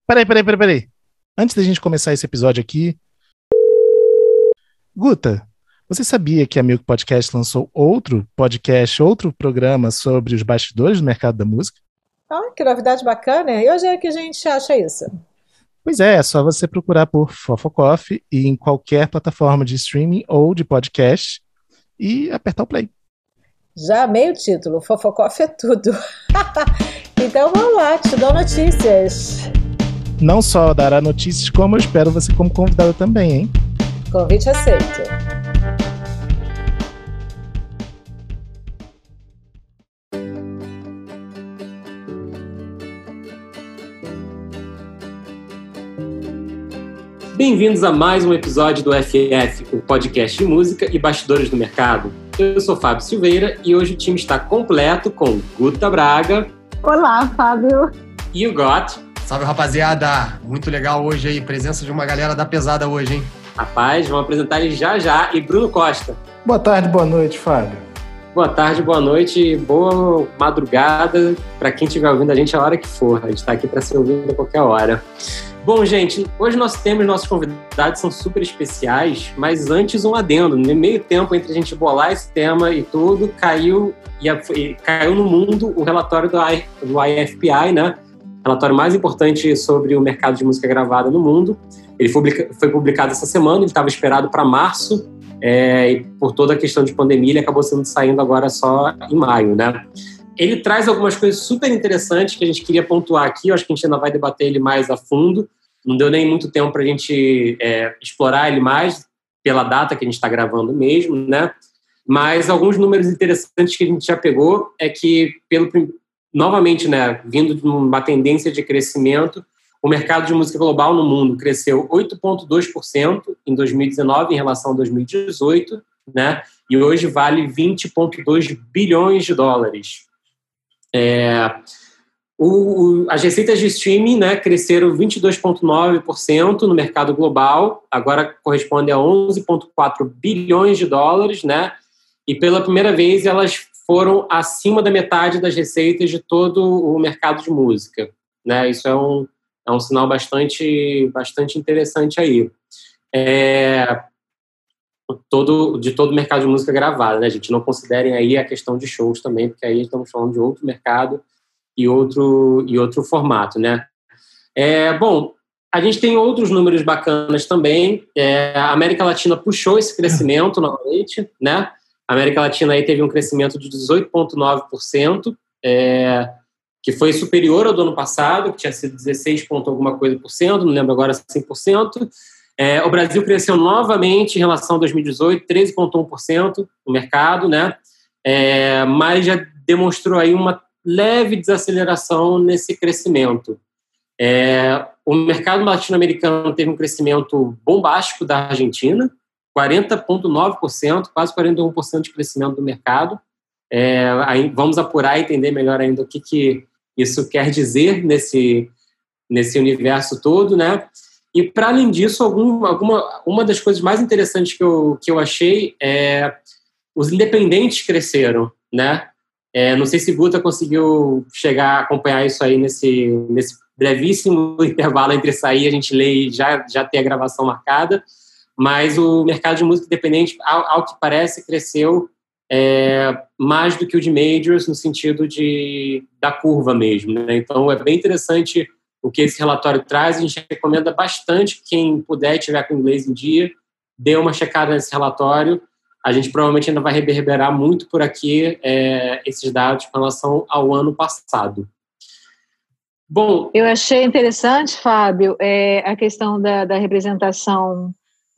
Peraí. Antes da gente começar esse episódio aqui, Guta, você sabia que a Milk Podcast lançou outro programa sobre os bastidores do mercado da música? Ah, que novidade bacana. E hoje é que a gente acha isso? Pois é só você procurar por Fofocoff e em qualquer plataforma de streaming ou de podcast e apertar o play. Já amei o título, Fofocoff é tudo. Então vamos lá, te dou notícias. Não só dará notícias, como eu espero você como convidada também, hein? Convite aceito. Bem-vindos a mais um episódio do FF, o podcast de música e bastidores do mercado. Eu sou Fábio Silveira e hoje o time está completo com Guta Braga. Olá, Fábio. E o Got. Salve, rapaziada! Muito legal hoje aí, presença de uma galera da pesada hoje, hein? Rapaz, vamos apresentar ele já. E Bruno Costa. Boa tarde, boa noite, Fábio. Boa tarde, boa noite, boa madrugada para quem estiver ouvindo a gente a hora que for. A gente está aqui para ser ouvido a qualquer hora. Bom, gente, hoje nossos temas, nossos convidados são super especiais, mas antes um adendo. No meio tempo entre a gente bolar esse tema e tudo, caiu no mundo o relatório do IFPI, né? O relatório mais importante sobre o mercado de música gravada no mundo. Ele foi publicado essa semana, ele estava esperado para março, e por toda a questão de pandemia, ele acabou saindo agora só em maio, né? Ele traz algumas coisas super interessantes que a gente queria pontuar aqui. Eu acho que a gente ainda vai debater ele mais a fundo. Não deu nem muito tempo para a gente explorar ele mais, pela data que a gente está gravando mesmo, né? Mas alguns números interessantes que a gente já pegou é que, novamente, né, vindo de uma tendência de crescimento, o mercado de música global no mundo cresceu 8,2% em 2019 em relação a 2018, né? E hoje vale 20,2 bilhões de dólares. As receitas de streaming, né, cresceram 22,9% no mercado global, agora corresponde a 11,4 bilhões de dólares, né? E pela primeira vez elas foram acima da metade das receitas de todo o mercado de música, né? Isso é um sinal bastante interessante aí. De todo o mercado de música gravada, né? A gente não considerem aí a questão de shows também, porque aí estamos falando de outro mercado e outro formato, né? Bom, a gente tem outros números bacanas também. A América Latina puxou esse crescimento novamente, né? A América Latina aí teve um crescimento de 18,9%, que foi superior ao do ano passado, que tinha sido 16 ponto alguma coisa por cento, não lembro agora 100%. O Brasil cresceu novamente em relação a 2018, 13,1% no mercado, né? Mas já demonstrou aí uma leve desaceleração nesse crescimento. O mercado latino-americano teve um crescimento bombástico da Argentina, 40,9%, quase 41% de crescimento do mercado. Aí vamos apurar e entender melhor ainda o que isso quer dizer nesse universo todo, né? E, para além disso, uma das coisas mais interessantes que eu achei os independentes cresceram, né? Não sei se Guta conseguiu chegar a acompanhar isso aí nesse brevíssimo intervalo entre sair, a gente lê e já ter a gravação marcada, mas o mercado de música independente, ao que parece, cresceu mais do que o de majors, no sentido da curva mesmo, né? Então, é bem interessante o que esse relatório traz. A gente recomenda bastante que quem puder e tiver com inglês em dia, dê uma checada nesse relatório. A gente provavelmente ainda vai reverberar muito por aqui esses dados com relação ao ano passado. Bom, eu achei interessante, Fábio, a questão da representação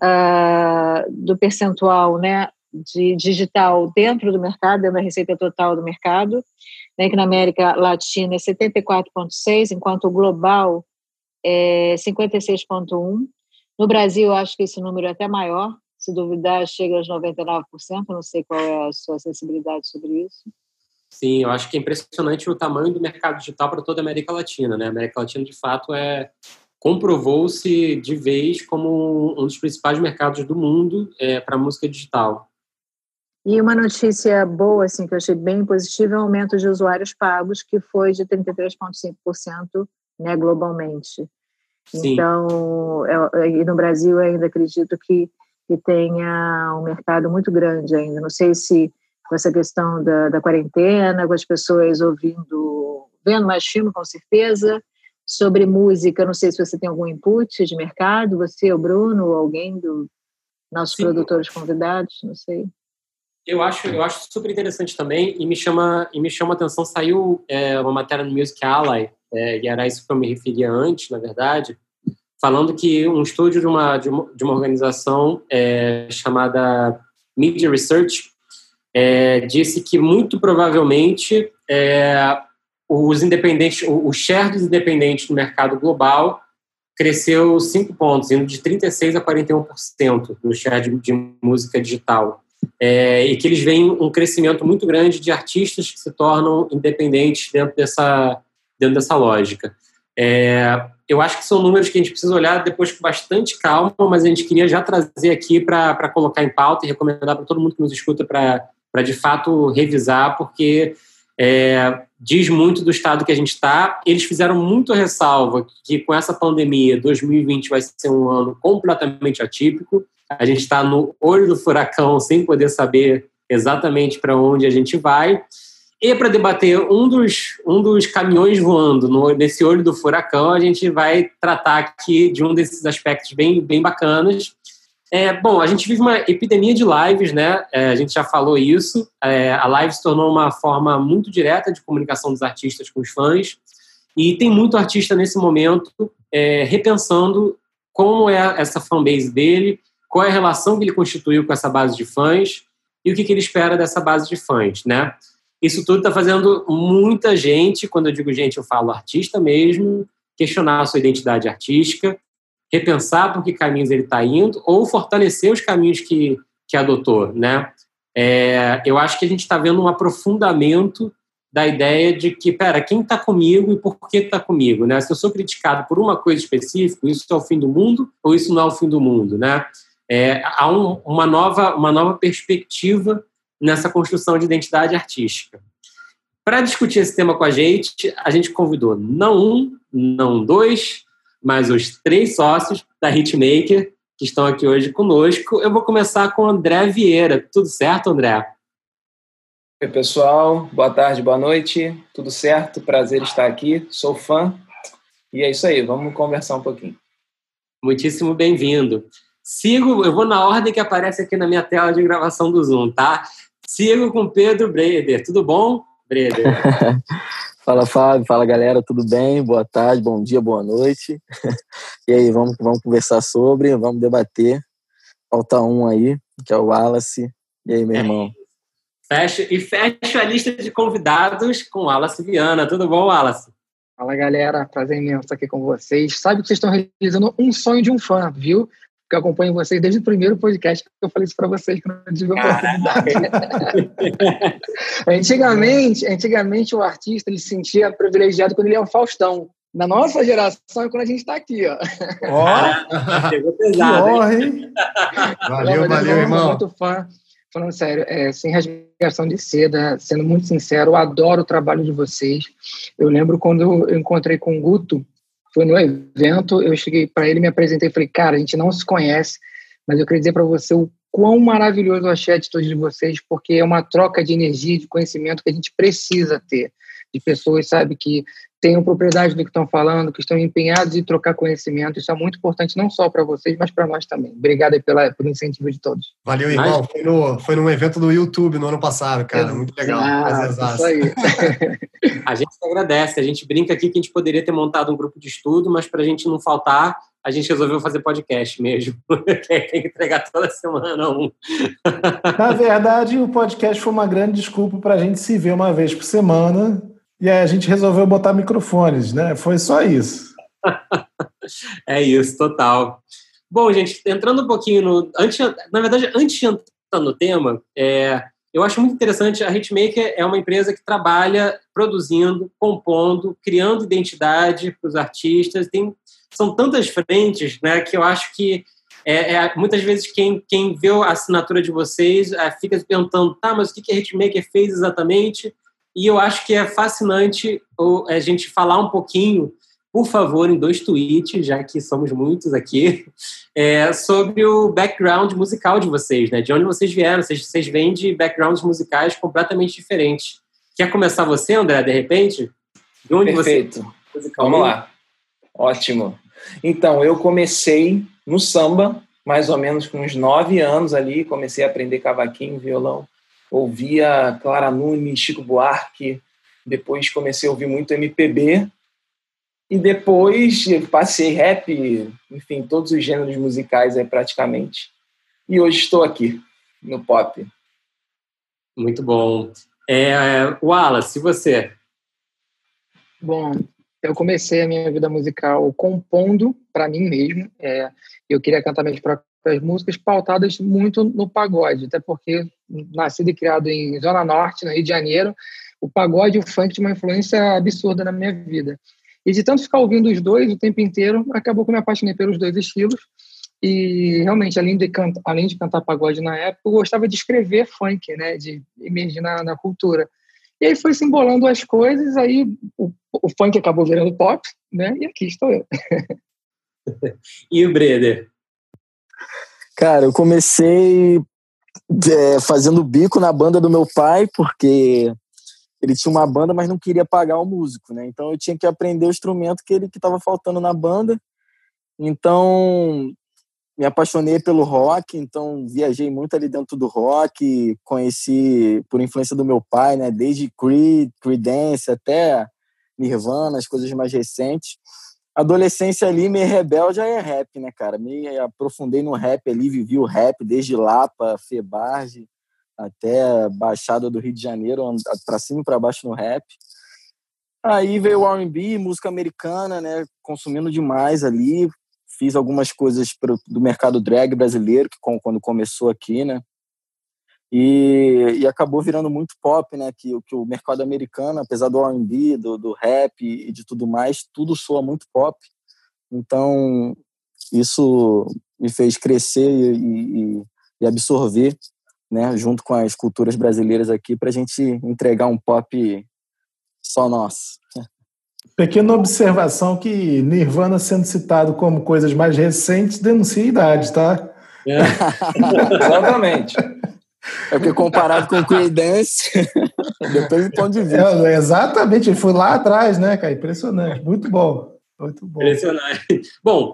do percentual, né, de digital dentro do mercado, dentro da receita total do mercado, né, que na América Latina é 74,6%, enquanto o global é 56,1%. No Brasil, eu acho que esse número é até maior, se duvidar, chega aos 99%, não sei qual é a sua sensibilidade sobre isso. Sim, eu acho que é impressionante o tamanho do mercado digital para toda a América Latina, né? A América Latina, de fato, comprovou-se de vez como um dos principais mercados do mundo para a música digital. E uma notícia boa, assim, que eu achei bem positiva, é o aumento de usuários pagos, que foi de 33,5%, né, globalmente. Sim. Então, e no Brasil eu ainda acredito que tenha um mercado muito grande ainda. Não sei se com essa questão da quarentena, com as pessoas vendo mais filme, com certeza. Sobre música, não sei se você tem algum input de mercado, você, o Bruno, ou alguém dos nossos produtores convidados, não sei. Eu acho super interessante também, e me chama a atenção, saiu uma matéria no Music Ally, e era isso que eu me referia antes, na verdade, falando que um estúdio de uma organização chamada Media Research disse que muito provavelmente os independentes, o share dos independentes no mercado global cresceu 5 pontos, indo de 36% a 41% no share de música digital. E que eles veem um crescimento muito grande de artistas que se tornam independentes dentro dessa lógica. Eu acho que são números que a gente precisa olhar depois com bastante calma, mas a gente queria já trazer aqui para colocar em pauta e recomendar para todo mundo que nos escuta para de fato revisar, porque diz muito do estado que a gente está. Eles fizeram muito ressalva que com essa pandemia 2020 vai ser um ano completamente atípico. A gente está no olho do furacão sem poder saber exatamente para onde a gente vai. E para debater um dos caminhões voando nesse olho do furacão, a gente vai tratar aqui de um desses aspectos bem, bem bacanas. Bom, a gente vive uma epidemia de lives, né? A gente já falou isso. A live se tornou uma forma muito direta de comunicação dos artistas com os fãs. E tem muito artista nesse momento repensando como é essa fanbase dele, qual é a relação que ele constituiu com essa base de fãs e o que ele espera dessa base de fãs, né? Isso tudo está fazendo muita gente, quando eu digo gente, eu falo artista mesmo, questionar a sua identidade artística, repensar por que caminhos ele está indo ou fortalecer os caminhos que adotou, né? Eu acho que a gente está vendo um aprofundamento da ideia de que, quem está comigo e por que está comigo, né? Se eu sou criticado por uma coisa específica, isso é o fim do mundo ou isso não é o fim do mundo, né? Há uma nova perspectiva nessa construção de identidade artística. Para discutir esse tema com a gente convidou não um, não dois, mas os 3 sócios da Hitmaker que estão aqui hoje conosco. Eu vou começar com o André Vieira. Tudo certo, André? Oi, pessoal. Boa tarde, boa noite. Tudo certo? Prazer estar aqui. Sou fã. E é isso aí. Vamos conversar um pouquinho. Muitíssimo bem-vindo. Eu vou na ordem que aparece aqui na minha tela de gravação do Zoom, tá? Sigo com Pedro Breder. Tudo bom, Breder? Fala, Fábio. Fala, galera. Tudo bem? Boa tarde, bom dia, boa noite. E aí, vamos conversar vamos debater. Falta um aí, que é o Wallace. E aí, meu irmão? Fecho a lista de convidados com o Wallace Viana. Tudo bom, Wallace? Fala, galera. Prazer imenso estar aqui com vocês. Sabe que vocês estão realizando um sonho de um fã, viu? Porque eu acompanho vocês desde o primeiro podcast que eu falei isso para vocês, que eu não tive a oportunidade. Antigamente o artista ele se sentia privilegiado quando ele é um Faustão. Na nossa geração é quando a gente está aqui, ó. Chegou pesado, hein? Valeu, irmão. Muito fã. Falando sério, sem rasgação de seda, sendo muito sincero, eu adoro o trabalho de vocês. Eu lembro quando eu encontrei com o Guto, foi no evento, eu cheguei para ele, me apresentei e falei, cara, a gente não se conhece, mas eu queria dizer para você o quão maravilhoso eu achei a atitude de vocês, porque é uma troca de energia, de conhecimento que a gente precisa ter, de pessoas, sabe, que tenham propriedade do que estão falando, que estão empenhados em trocar conhecimento. Isso é muito importante, não só para vocês, mas para nós também. Obrigado aí pelo incentivo de todos. Valeu, irmão. Foi num evento do YouTube no ano passado, cara. Muito legal. Isso aí. A gente agradece. A gente brinca aqui que a gente poderia ter montado um grupo de estudo, mas para a gente não faltar, a gente resolveu fazer podcast mesmo. Tem que entregar toda semana um. Na verdade, o podcast foi uma grande desculpa para a gente se ver uma vez por semana. E aí a gente resolveu botar microfones, né? Foi só isso. É isso, total. Bom, gente, entrando um pouquinho antes de entrar no tema, eu acho muito interessante, a Hitmaker é uma empresa que trabalha produzindo, compondo, criando identidade para os artistas. São tantas frentes, né, que eu acho que muitas vezes quem vê a assinatura de vocês fica se perguntando, mas o que a Hitmaker fez exatamente? E eu acho que é fascinante a gente falar um pouquinho por favor, em 2 tweets, já que somos muitos aqui, sobre o background musical de vocês, né? De onde vocês vieram. Vocês vêm de backgrounds musicais completamente diferentes. Quer começar você, André, de repente? De onde Perfeito. Vamos lá. Ótimo. Então, eu comecei no samba, mais ou menos com uns 9 anos ali, comecei a aprender cavaquinho, violão, ouvia Clara Nunes, Chico Buarque, depois comecei a ouvir muito MPB, e depois passei rap, enfim, todos os gêneros musicais aí praticamente, e hoje estou aqui, no pop. Muito bom. Wallace, e você? Bom, eu comecei a minha vida musical compondo para mim mesmo. Eu queria cantar minhas próprias músicas pautadas muito no pagode, até porque, nascido e criado em Zona Norte, no Rio de Janeiro, o pagode e o funk tinham uma influência absurda na minha vida. E de tanto ficar ouvindo os dois o tempo inteiro, acabou que eu me apaixonei pelos 2 estilos. E realmente, além de cantar pagode na época, eu gostava de escrever funk, né, de emergir na cultura. E aí foi se embolando as coisas, aí o funk acabou virando pop, né? E aqui estou eu. E o Breder? Cara, eu comecei fazendo bico na banda do meu pai, porque ele tinha uma banda, mas não queria pagar o músico, né? Então eu tinha que aprender o instrumento que estava faltando na banda. Então me apaixonei pelo rock, então viajei muito ali dentro do rock, conheci por influência do meu pai, né, desde Creedence até Nirvana, as coisas mais recentes. Adolescência ali, meio rebelde, já é rap, né, cara? Me aprofundei no rap ali, vivi o rap desde Lapa, Febarge, até Baixada do Rio de Janeiro, pra cima e pra baixo no rap. Aí veio o R&B, música americana, né, consumindo demais ali. Fiz algumas coisas do mercado drag brasileiro, quando começou aqui, né? E acabou virando muito pop, né? Que o mercado americano, apesar do R&B, do rap e de tudo mais, tudo soa muito pop. Então, isso me fez crescer e absorver, né? Junto com as culturas brasileiras aqui, para a gente entregar um pop só nosso. Pequena observação que Nirvana sendo citado como coisas mais recentes denuncia a idade, tá? Exatamente. É porque comparado com o Creedence, depende do ponto de vista. Exatamente, ele foi lá atrás, né, cara? Impressionante, muito bom. Muito bom. Impressionante. Bom,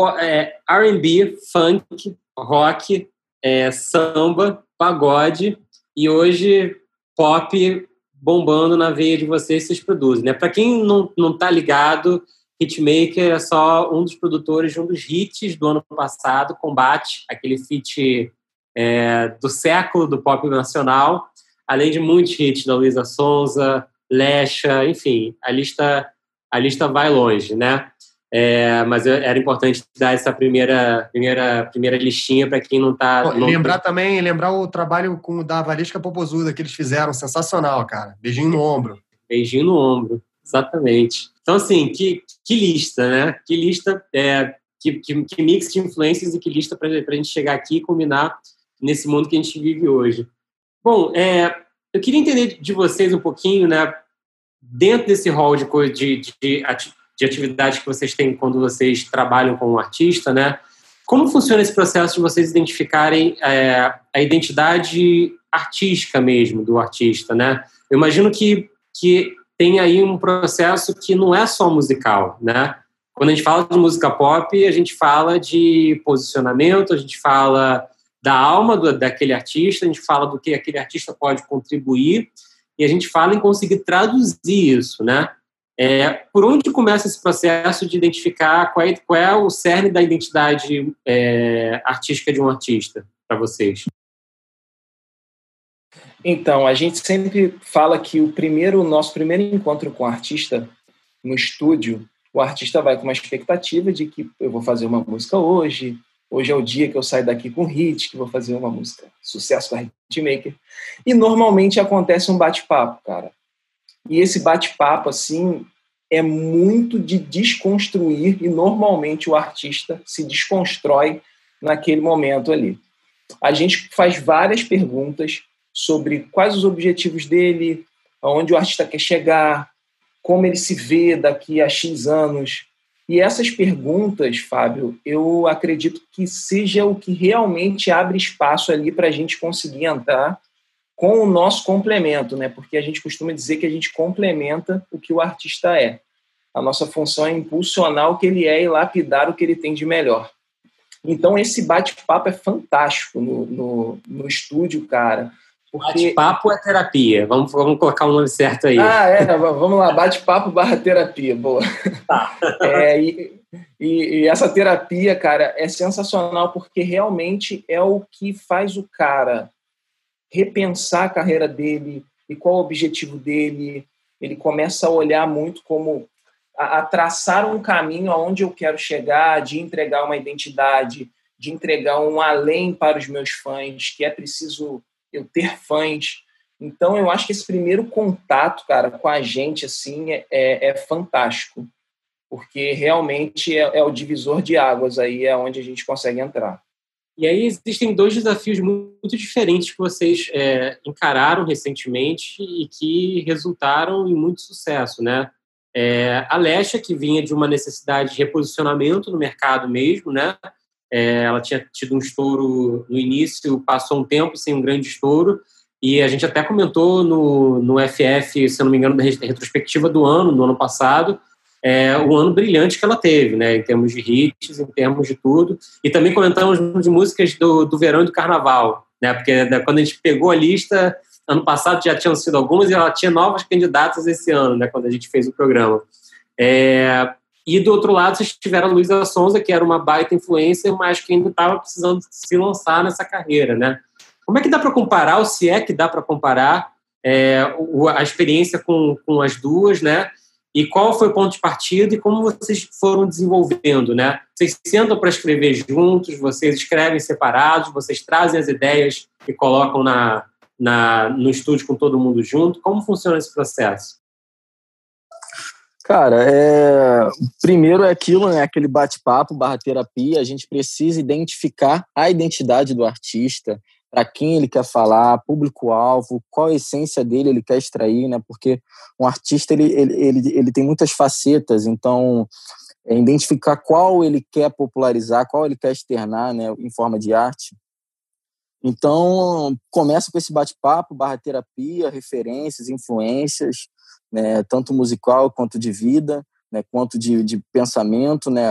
R&B, funk, rock, samba, pagode e hoje pop bombando na veia de vocês produzem, né? Para quem não tá ligado, Hitmaker é só um dos produtores de um dos hits do ano passado, Combate, aquele feat do século do pop nacional, além de muitos hits da Luísa Sonza, Lecha, enfim, a lista vai longe, né? Mas era importante dar essa primeira listinha para quem não tá... Lembrar o trabalho com o da Valesca Popozuda que eles fizeram, sensacional, cara. Beijinho no ombro. Beijinho no ombro, exatamente. Então, assim, que lista, né? Que lista, que mix de influências e que lista para a gente chegar aqui e combinar nesse mundo que a gente vive hoje. Bom, eu queria entender de vocês um pouquinho, né? Dentro desse rol de atividades que vocês têm quando vocês trabalham com um artista, né? Como funciona esse processo de vocês identificarem a identidade artística mesmo do artista, né? Eu imagino que tem aí um processo que não é só musical, né? Quando a gente fala de música pop, a gente fala de posicionamento, a gente fala da alma daquele artista, a gente fala do que aquele artista pode contribuir e a gente fala em conseguir traduzir isso, né? Por onde começa esse processo de identificar qual é o cerne da identidade artística de um artista para vocês? Então, a gente sempre fala que o nosso primeiro encontro com o artista no estúdio, o artista vai com uma expectativa de que eu vou fazer uma música hoje é o dia que eu saio daqui com hit, que vou fazer uma música sucesso com a Hitmaker. E normalmente acontece um bate-papo, cara. E esse bate-papo, assim, é muito de desconstruir e normalmente o artista se desconstrói naquele momento ali. A gente faz várias perguntas sobre quais os objetivos dele, aonde o artista quer chegar, como ele se vê daqui a X anos, E essas perguntas, Fábio, eu acredito que seja o que realmente abre espaço ali para a gente conseguir entrar com o nosso complemento, né? Porque a gente costuma dizer que a gente complementa o que o artista é. A nossa função é impulsionar o que ele é e lapidar o que ele tem de melhor. Então, esse bate-papo é fantástico no estúdio, cara. Porque... Bate-papo é terapia. Vamos colocar o nome certo aí. Vamos lá. Bate-papo / terapia. Boa. Tá. E essa terapia, cara, é sensacional porque realmente é o que faz o cara repensar a carreira dele e qual o objetivo dele. Ele começa a olhar muito como a traçar um caminho aonde eu quero chegar, de entregar uma identidade, de entregar um além para os meus fãs, que é preciso eu ter fãs. Então, eu acho que esse primeiro contato, cara, com a gente, assim, é fantástico, porque realmente é o divisor de águas aí, é onde a gente consegue entrar. E aí existem 2 desafios muito diferentes que vocês encararam recentemente e que resultaram em muito sucesso, né? A Lesha, que vinha de uma necessidade de reposicionamento no mercado mesmo, né? Ela tinha tido um estouro no início, passou um tempo sem um grande estouro, e a gente até comentou no FF, se eu não me engano, da retrospectiva do ano, no ano passado, o ano brilhante que ela teve, né, em termos de hits, em termos de tudo, e também comentamos de músicas do verão e do carnaval, né, porque quando a gente pegou a lista, ano passado já tinham sido algumas, e ela tinha novas candidatas esse ano, né, quando a gente fez o programa. E do outro lado, vocês tiveram a Luísa Sonza, que era uma baita influencer, mas que ainda estava precisando se lançar nessa carreira, né? Como é que dá para comparar, ou se é que dá para comparar a experiência com as duas, né? E qual foi o ponto de partida e como vocês foram desenvolvendo, né? Vocês sentam para escrever juntos, vocês escrevem separados, vocês trazem as ideias e colocam no estúdio com todo mundo junto. Como funciona esse processo? Cara, primeiro é aquilo, né? Aquele bate-papo / terapia. A gente precisa identificar a identidade do artista, para quem ele quer falar, público-alvo, qual a essência dele ele quer extrair, né? Porque um artista ele tem muitas facetas, então identificar qual ele quer popularizar, qual ele quer externar, né? Em forma de arte. Então começa com esse bate-papo / terapia, referências, influências, né, tanto musical quanto de vida, né, quanto de pensamento, né,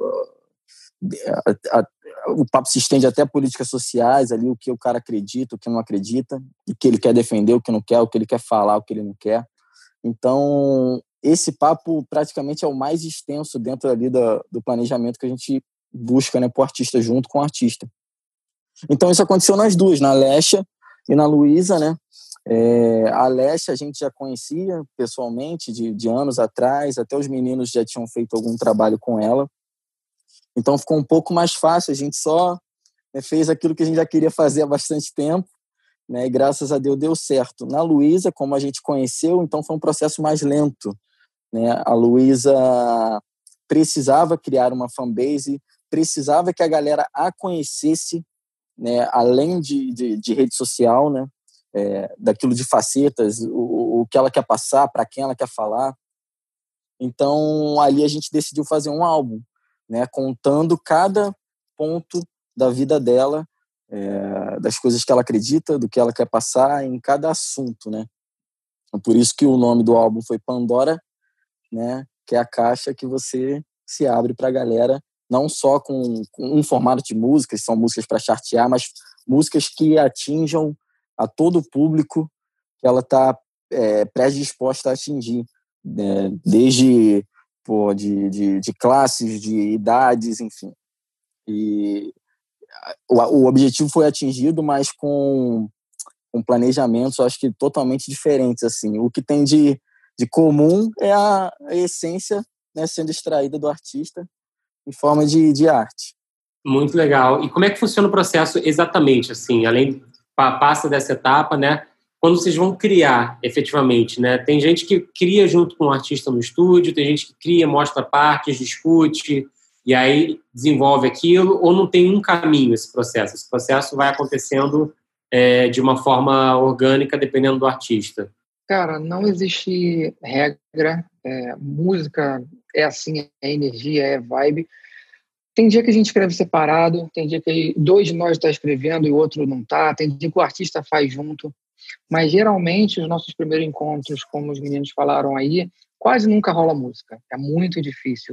o papo se estende até políticas sociais, ali, o que o cara acredita, o que não acredita, o que ele quer defender, o que não quer, o que ele quer falar, o que ele não quer. Então, esse papo praticamente é o mais extenso dentro ali do planejamento que a gente busca, né, para o artista junto com o artista. Então, isso aconteceu nas duas, na Lesha e na Luísa, né? A Lesha a gente já conhecia pessoalmente de anos atrás, até os meninos já tinham feito algum trabalho com ela, então ficou um pouco mais fácil, a gente só fez aquilo que a gente já queria fazer há bastante tempo, né, e graças a Deus deu certo. Na Luísa, como a gente conheceu, então foi um processo mais lento, né? A Luísa precisava criar uma fanbase, precisava que a galera a conhecesse, né, além de rede social, né? Daquilo de facetas, o que ela quer passar, para quem ela quer falar. Então, ali a gente decidiu fazer um álbum, né, contando cada ponto da vida dela, das coisas que ela acredita, do que ela quer passar em cada assunto, né? Por isso que o nome do álbum foi Pandora, né, que é a caixa que você se abre para a galera, não só com um formato de músicas, são músicas para chartear, mas músicas que atinjam a todo o público que ela está predisposta a atingir, né? Desde de classes, de idades, enfim. E o objetivo foi atingido, mas com planejamentos, acho que totalmente diferentes. Assim. O que tem de comum é a essência, né, sendo extraída do artista em forma de arte. Muito legal. E como é que funciona o processo exatamente, assim, além passa dessa etapa, né? Quando vocês vão criar, efetivamente, né? Tem gente que cria junto com o artista no estúdio, tem gente que cria, mostra partes, discute, e aí desenvolve aquilo, ou não tem um caminho esse processo? Esse processo vai acontecendo de uma forma orgânica, dependendo do artista. Cara, não existe regra. Música é assim, é energia, é vibe. Tem dia que a gente escreve separado, tem dia que 2 de nós está escrevendo e o outro não está, tem dia que o artista faz junto, mas geralmente os nossos primeiros encontros, como os meninos falaram aí, quase nunca rola música, é muito difícil,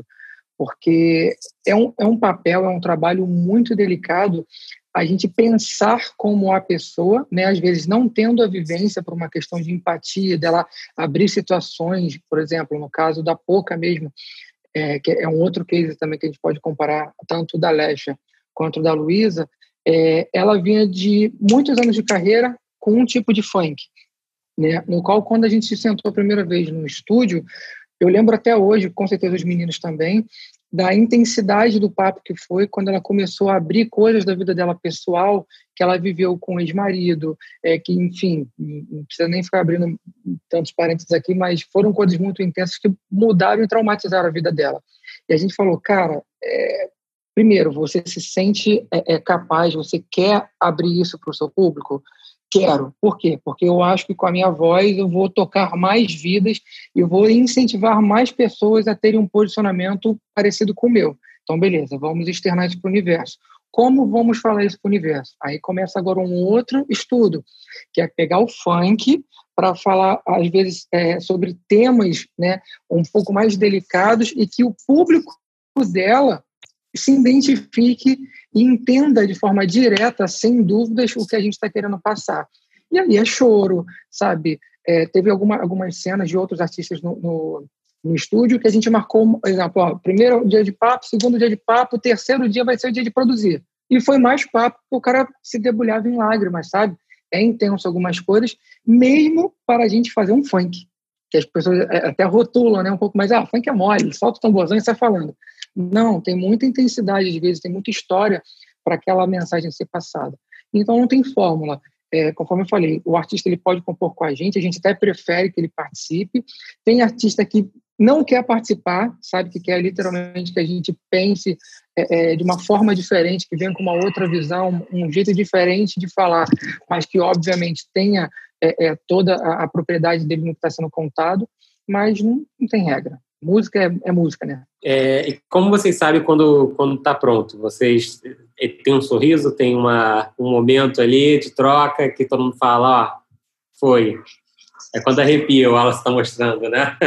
porque é um papel, é um trabalho muito delicado a gente pensar como a pessoa, né, às vezes não tendo a vivência por uma questão de empatia, dela abrir situações, por exemplo, no caso da Poca mesmo, que é um outro case também que a gente pode comparar, tanto da Lesha quanto da Luísa, ela vinha de muitos anos de carreira com um tipo de funk, né? No qual, quando a gente se sentou a primeira vez no estúdio, eu lembro até hoje, com certeza os meninos também, da intensidade do papo que foi quando ela começou a abrir coisas da vida dela pessoal, que ela viveu com o ex-marido, que, enfim, não precisa nem ficar abrindo tantos parênteses aqui, mas foram coisas muito intensas que mudaram e traumatizaram a vida dela. E a gente falou, cara, primeiro, você se sente capaz, você quer abrir isso para o seu público? Quero. Por quê? Porque eu acho que com a minha voz eu vou tocar mais vidas e eu vou incentivar mais pessoas a terem um posicionamento parecido com o meu. Então, beleza, vamos externar isso para o universo. Como vamos falar isso para o universo? Aí começa agora um outro estudo, que é pegar o funk para falar, às vezes, sobre temas, né, um pouco mais delicados e que o público dela se identifique e entenda de forma direta, sem dúvidas, o que a gente está querendo passar. E aí é choro, sabe? Teve algumas cenas de outros artistas no estúdio que a gente marcou, por exemplo, primeiro dia de papo, segundo dia de papo, terceiro dia vai ser o dia de produzir. E foi mais papo, porque o cara se debulhava em lágrimas, sabe? É intenso algumas coisas, mesmo para a gente fazer um funk, que as pessoas até rotulam, né, um pouco mais, funk é mole, solta o tamborzão e sai falando. Não, tem muita intensidade, às vezes, tem muita história para aquela mensagem ser passada. Então, não tem fórmula. Conforme eu falei, o artista ele pode compor com a gente até prefere que ele participe. Tem artista que não quer participar, sabe, que quer literalmente que a gente pense de uma forma diferente, que venha com uma outra visão, um jeito diferente de falar, mas que, obviamente, tenha toda a propriedade dele no que está sendo contado, mas não tem regra. Música é música, né? E como vocês sabem quando está pronto? Vocês têm um sorriso, tem um momento ali de troca que todo mundo fala, foi. É quando arrepia, o Wallace está mostrando, né?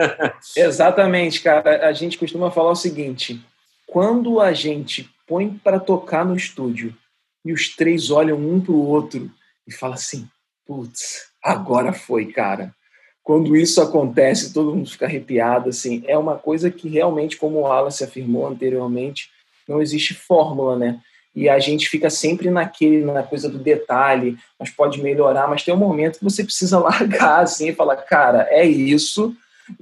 Exatamente, cara. A gente costuma falar o seguinte, quando a gente põe para tocar no estúdio e os 3 olham um para o outro e falam assim, putz, agora foi, cara. Quando isso acontece, todo mundo fica arrepiado, assim, é uma coisa que realmente, como o Wallace afirmou anteriormente, não existe fórmula, né? E a gente fica sempre na coisa do detalhe, mas pode melhorar, mas tem um momento que você precisa largar, assim, e falar, cara, é isso,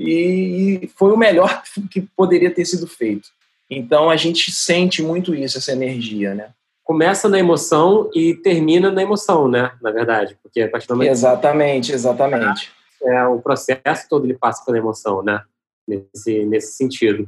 e foi o melhor que poderia ter sido feito. Então, a gente sente muito isso, essa energia, né? Começa na emoção e termina na emoção, né? Na verdade, porque a partir do momento... Exatamente. O processo todo ele passa pela emoção, né? Nesse sentido.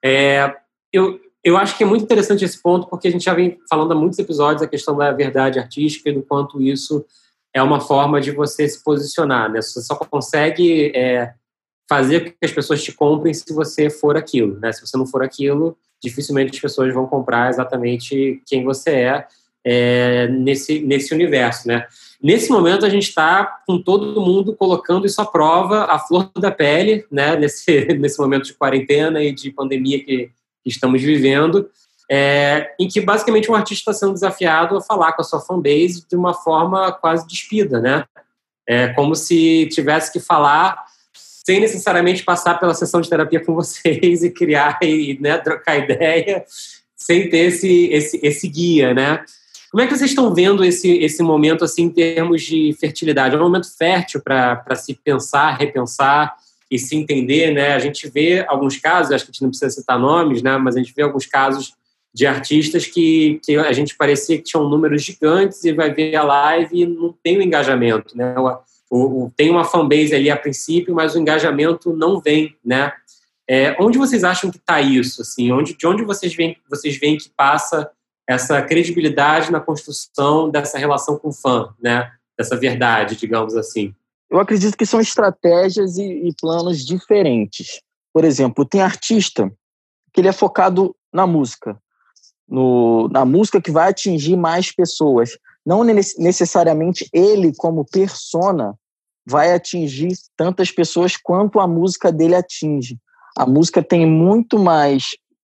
Eu acho que é muito interessante esse ponto, porque a gente já vem falando há muitos episódios a questão da verdade artística e do quanto isso é uma forma de você se posicionar, né? Você só consegue fazer com que as pessoas te comprem se você for aquilo, né? Se você não for aquilo, dificilmente as pessoas vão comprar exatamente quem você nesse universo, né? Nesse momento, a gente está com todo mundo colocando isso à prova, à flor da pele, né? Nesse momento de quarentena e de pandemia que estamos vivendo, em que, basicamente, um artista está sendo desafiado a falar com a sua fanbase de uma forma quase despida, né? Como se tivesse que falar sem necessariamente passar pela sessão de terapia com vocês e criar e né, trocar ideia, sem ter esse guia, né? Como é que vocês estão vendo esse momento assim, em termos de fertilidade? É um momento fértil para se pensar, repensar e se entender, né? A gente vê alguns casos, acho que a gente não precisa citar nomes, né? Mas a gente vê alguns casos de artistas que a gente parecia que tinham números gigantes e vai ver a live e não tem o engajamento, né? Tem uma fanbase ali a princípio, mas o engajamento não vem, né? Onde vocês acham que está isso? Assim? De onde vocês veem que passa essa credibilidade na construção dessa relação com o fã, né? Dessa verdade, digamos assim? Eu acredito que são estratégias e planos diferentes. Por exemplo, tem artista que ele é focado na música, na música que vai atingir mais pessoas. Não necessariamente ele, como persona, vai atingir tantas pessoas quanto a música dele atinge. A música tem muito mais...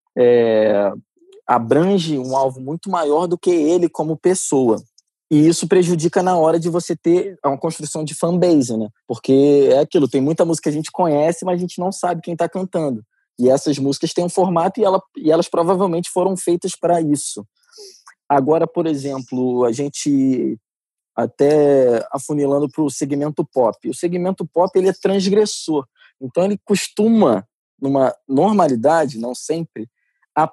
abrange um alvo muito maior do que ele como pessoa. E isso prejudica na hora de você ter uma construção de fanbase, né? Porque é aquilo, tem muita música que a gente conhece, mas a gente não sabe quem está cantando. E essas músicas têm um formato e elas provavelmente foram feitas para isso. Agora, por exemplo, a gente até afunilando para o segmento pop. O segmento pop ele é transgressor. Então ele costuma, numa normalidade, não sempre, a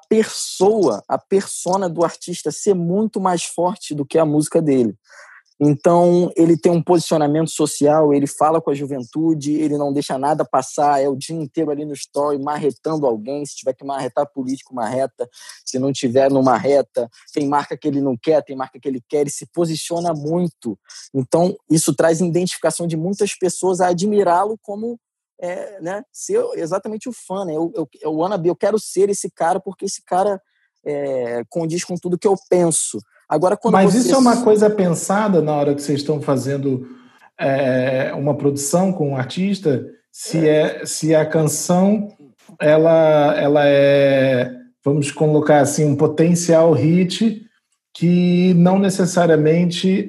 persona do artista ser muito mais forte do que a música dele. Então, ele tem um posicionamento social, ele fala com a juventude, ele não deixa nada passar, é o dia inteiro ali no story, marretando alguém, se tiver que marretar político, marreta, se não tiver numa reta, tem marca que ele não quer, tem marca que ele quer, ele se posiciona muito. Então, isso traz identificação de muitas pessoas a admirá-lo como né, ser exatamente o fã, né? Eu wannabe, eu quero ser esse cara porque esse cara condiz com tudo que eu penso. Agora, Mas isso é uma coisa pensada na hora que vocês estão fazendo uma produção com um artista, se a canção ela é, vamos colocar assim, um potencial hit que não necessariamente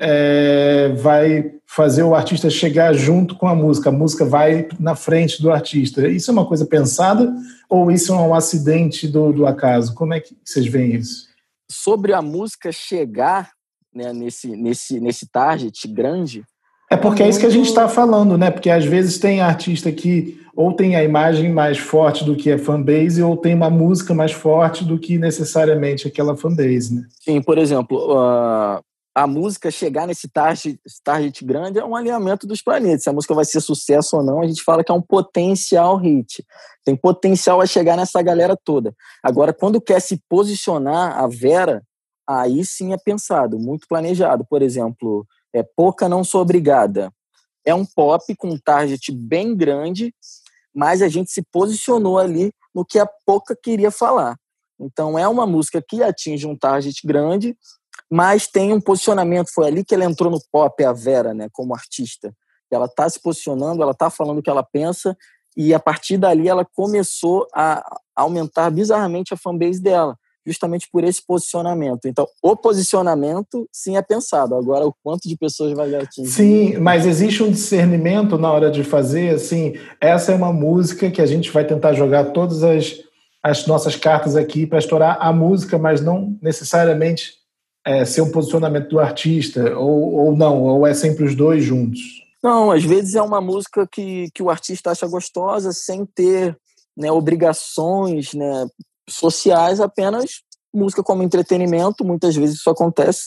vai fazer o artista chegar junto com a música vai na frente do artista. Isso é uma coisa pensada ou isso é um acidente do acaso? Como é que vocês veem isso? Sobre a música chegar, né, nesse target grande... É porque é isso que a gente está falando, né? Porque às vezes tem artista que ou tem a imagem mais forte do que a fanbase ou tem uma música mais forte do que necessariamente aquela fanbase, né? Sim, por exemplo, a música chegar nesse target grande é um alinhamento dos planetas. Se a música vai ser sucesso ou não, a gente fala que é um potencial hit. Tem potencial a chegar nessa galera toda. Agora, quando quer se posicionar a Vera, aí sim é pensado, muito planejado. Por exemplo, Pouca Não Sou Obrigada. É um pop com um target bem grande, mas a gente se posicionou ali no que a Pouca queria falar. Então, é uma música que atinge um target grande, mas tem um posicionamento. Foi ali que ela entrou no pop, a Vera, né, como artista. Ela está se posicionando, ela está falando o que ela pensa, e a partir dali ela começou a aumentar bizarramente a fanbase dela, justamente por esse posicionamento. Então, o posicionamento, sim, é pensado. Agora, o quanto de pessoas vai atingir... Sim, mas existe um discernimento na hora de fazer, assim, essa é uma música que a gente vai tentar jogar todas as nossas cartas aqui para estourar a música, mas não necessariamente ser um posicionamento do artista, ou não, ou é sempre os dois juntos? Não, às vezes é uma música que o artista acha gostosa, sem ter, né, obrigações, né, sociais, apenas música como entretenimento. Muitas vezes isso acontece,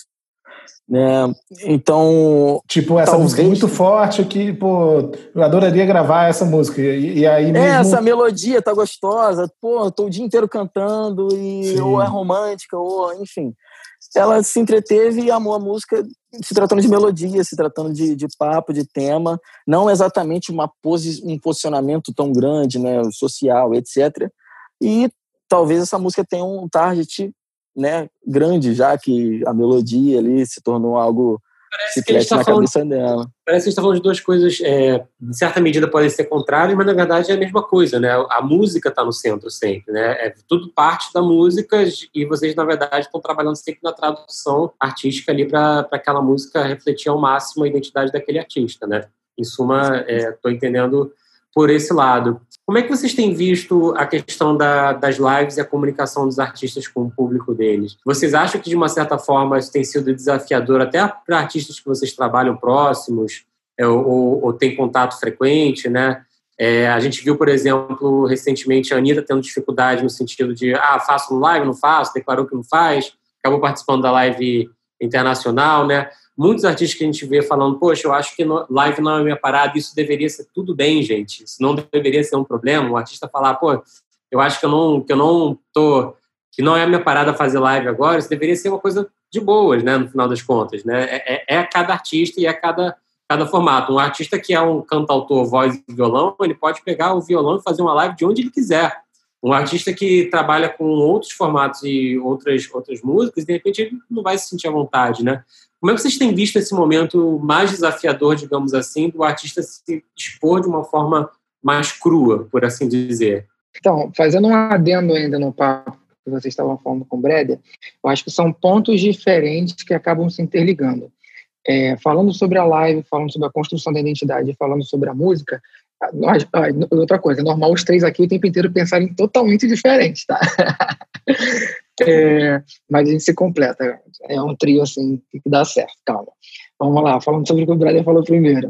né? Então, tipo, essa música é muito forte que, pô, eu adoraria gravar essa música, e aí mesmo... essa melodia tá gostosa, pô, tô o dia inteiro cantando, ou é romântica, ou enfim. Ela se entreteve e amou a música, se tratando de melodia, se tratando de papo, de tema, não exatamente um posicionamento tão grande, né, social, etc. E talvez essa música tenha um target, né, grande, já que a melodia ali se tornou algo chiclete na cabeça dela. Parece que a gente está falando de duas coisas, em certa medida podem ser contrárias, mas na verdade é a mesma coisa, né? A música está no centro sempre, né? É tudo parte da música e vocês, na verdade, estão trabalhando sempre na tradução artística ali para aquela música refletir ao máximo a identidade daquele artista, né? Em suma, estou entendendo por esse lado. Como é que vocês têm visto a questão das lives e a comunicação dos artistas com o público deles? Vocês acham que, de uma certa forma, isso tem sido desafiador até para artistas que vocês trabalham próximos ou têm contato frequente, né? A gente viu, por exemplo, recentemente a Anitta tendo dificuldade no sentido de faço um live, não faço, declarou que não faz, acabou participando da live internacional, né? Muitos artistas que a gente vê falando, poxa, eu acho que live não é minha parada, isso deveria ser tudo bem, gente. Isso não deveria ser um problema. Um artista falar, pô, eu acho que não é a minha parada fazer live agora, isso deveria ser uma coisa de boas, né, no final das contas, né? É cada artista e é cada cada formato. Um artista que é um cantautor, voz e violão, ele pode pegar o violão e fazer uma live de onde ele quiser. Um artista que trabalha com outros formatos e outras músicas, de repente ele não vai se sentir à vontade, né? Como é que vocês têm visto esse momento mais desafiador, digamos assim, do artista se expor de uma forma mais crua, por assim dizer? Então, fazendo um adendo ainda no papo que vocês estavam falando com o Breder, eu acho que são pontos diferentes que acabam se interligando. Falando sobre a live, falando sobre a construção da identidade, falando sobre a música, outra coisa, é normal os três aqui o tempo inteiro pensarem totalmente diferentes, tá? Mas a gente se completa, é um trio assim que dá certo, calma. Vamos lá, falando sobre o que o Breder falou primeiro.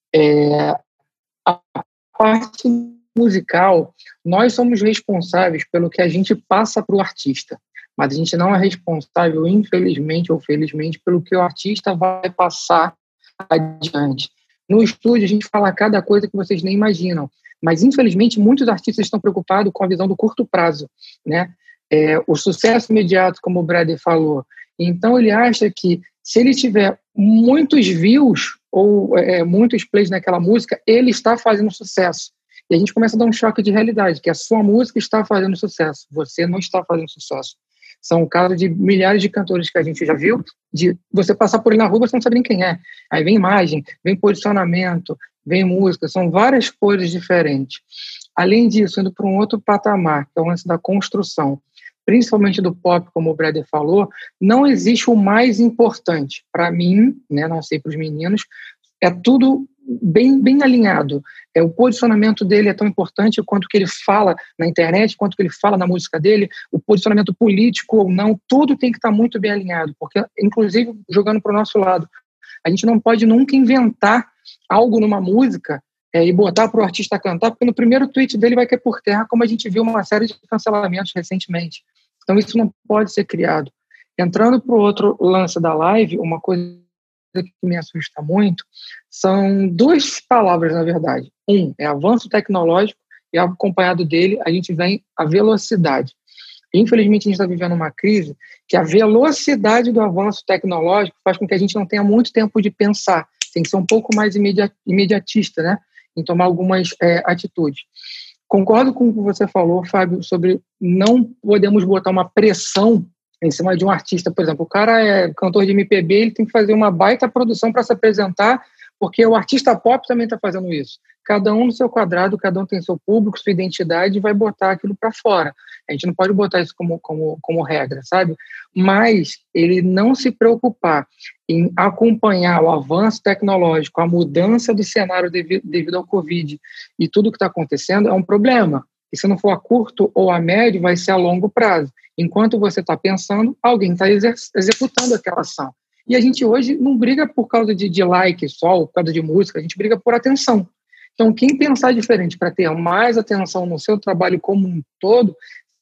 A parte musical, nós somos responsáveis pelo que a gente passa para o artista, mas a gente não é responsável, infelizmente ou felizmente, pelo que o artista vai passar adiante. No estúdio, a gente fala cada coisa que vocês nem imaginam, mas, infelizmente, muitos artistas estão preocupados com a visão do curto prazo, né? O sucesso imediato, como o Breder falou. Então, ele acha que, se ele tiver muitos views ou muitos plays naquela música, ele está fazendo sucesso. E a gente começa a dar um choque de realidade, que a sua música está fazendo sucesso, você não está fazendo sucesso. São casos de milhares de cantores que a gente já viu, de você passar por ele na rua, você não sabe nem quem é. Aí vem imagem, vem posicionamento, vem música, são várias coisas diferentes. Além disso, indo para um outro patamar, que é o lance da construção, principalmente do pop, como o Breder falou, não existe o mais importante. Para mim, né, não sei para os meninos, é tudo bem alinhado. O posicionamento dele é tão importante quanto que ele fala na internet, quanto que ele fala na música dele, o posicionamento político ou não, tudo tem que estar muito bem alinhado, porque, inclusive, jogando para o nosso lado, a gente não pode nunca inventar algo numa música e botar para o artista cantar, porque no primeiro tweet dele vai cair por terra, como a gente viu uma série de cancelamentos recentemente. Então, isso não pode ser criado. Entrando para o outro lance da live, uma coisa que me assusta muito são duas palavras, na verdade. É avanço tecnológico, e acompanhado dele a gente vem a velocidade. Infelizmente, a gente está vivendo uma crise que a velocidade do avanço tecnológico faz com que a gente não tenha muito tempo de pensar. Tem que ser um pouco mais imediatista, né? Em tomar algumas atitudes. Concordo com o que você falou, Fábio, sobre não podemos botar uma pressão em cima de um artista. Por exemplo, o cara é cantor de MPB, ele tem que fazer uma baita produção para se apresentar, porque o artista pop também está fazendo isso. Cada um no seu quadrado, cada um tem seu público, sua identidade, e vai botar aquilo para fora. A gente não pode botar isso como regra, sabe? Mas ele não se preocupar em acompanhar o avanço tecnológico, a mudança do cenário devido ao Covid e tudo que está acontecendo é um problema. E se não for a curto ou a médio, vai ser a longo prazo. Enquanto você está pensando, alguém está executando aquela ação. E a gente hoje não briga por causa de like só, ou por causa de música, a gente briga por atenção. Então, quem pensar diferente para ter mais atenção no seu trabalho como um todo,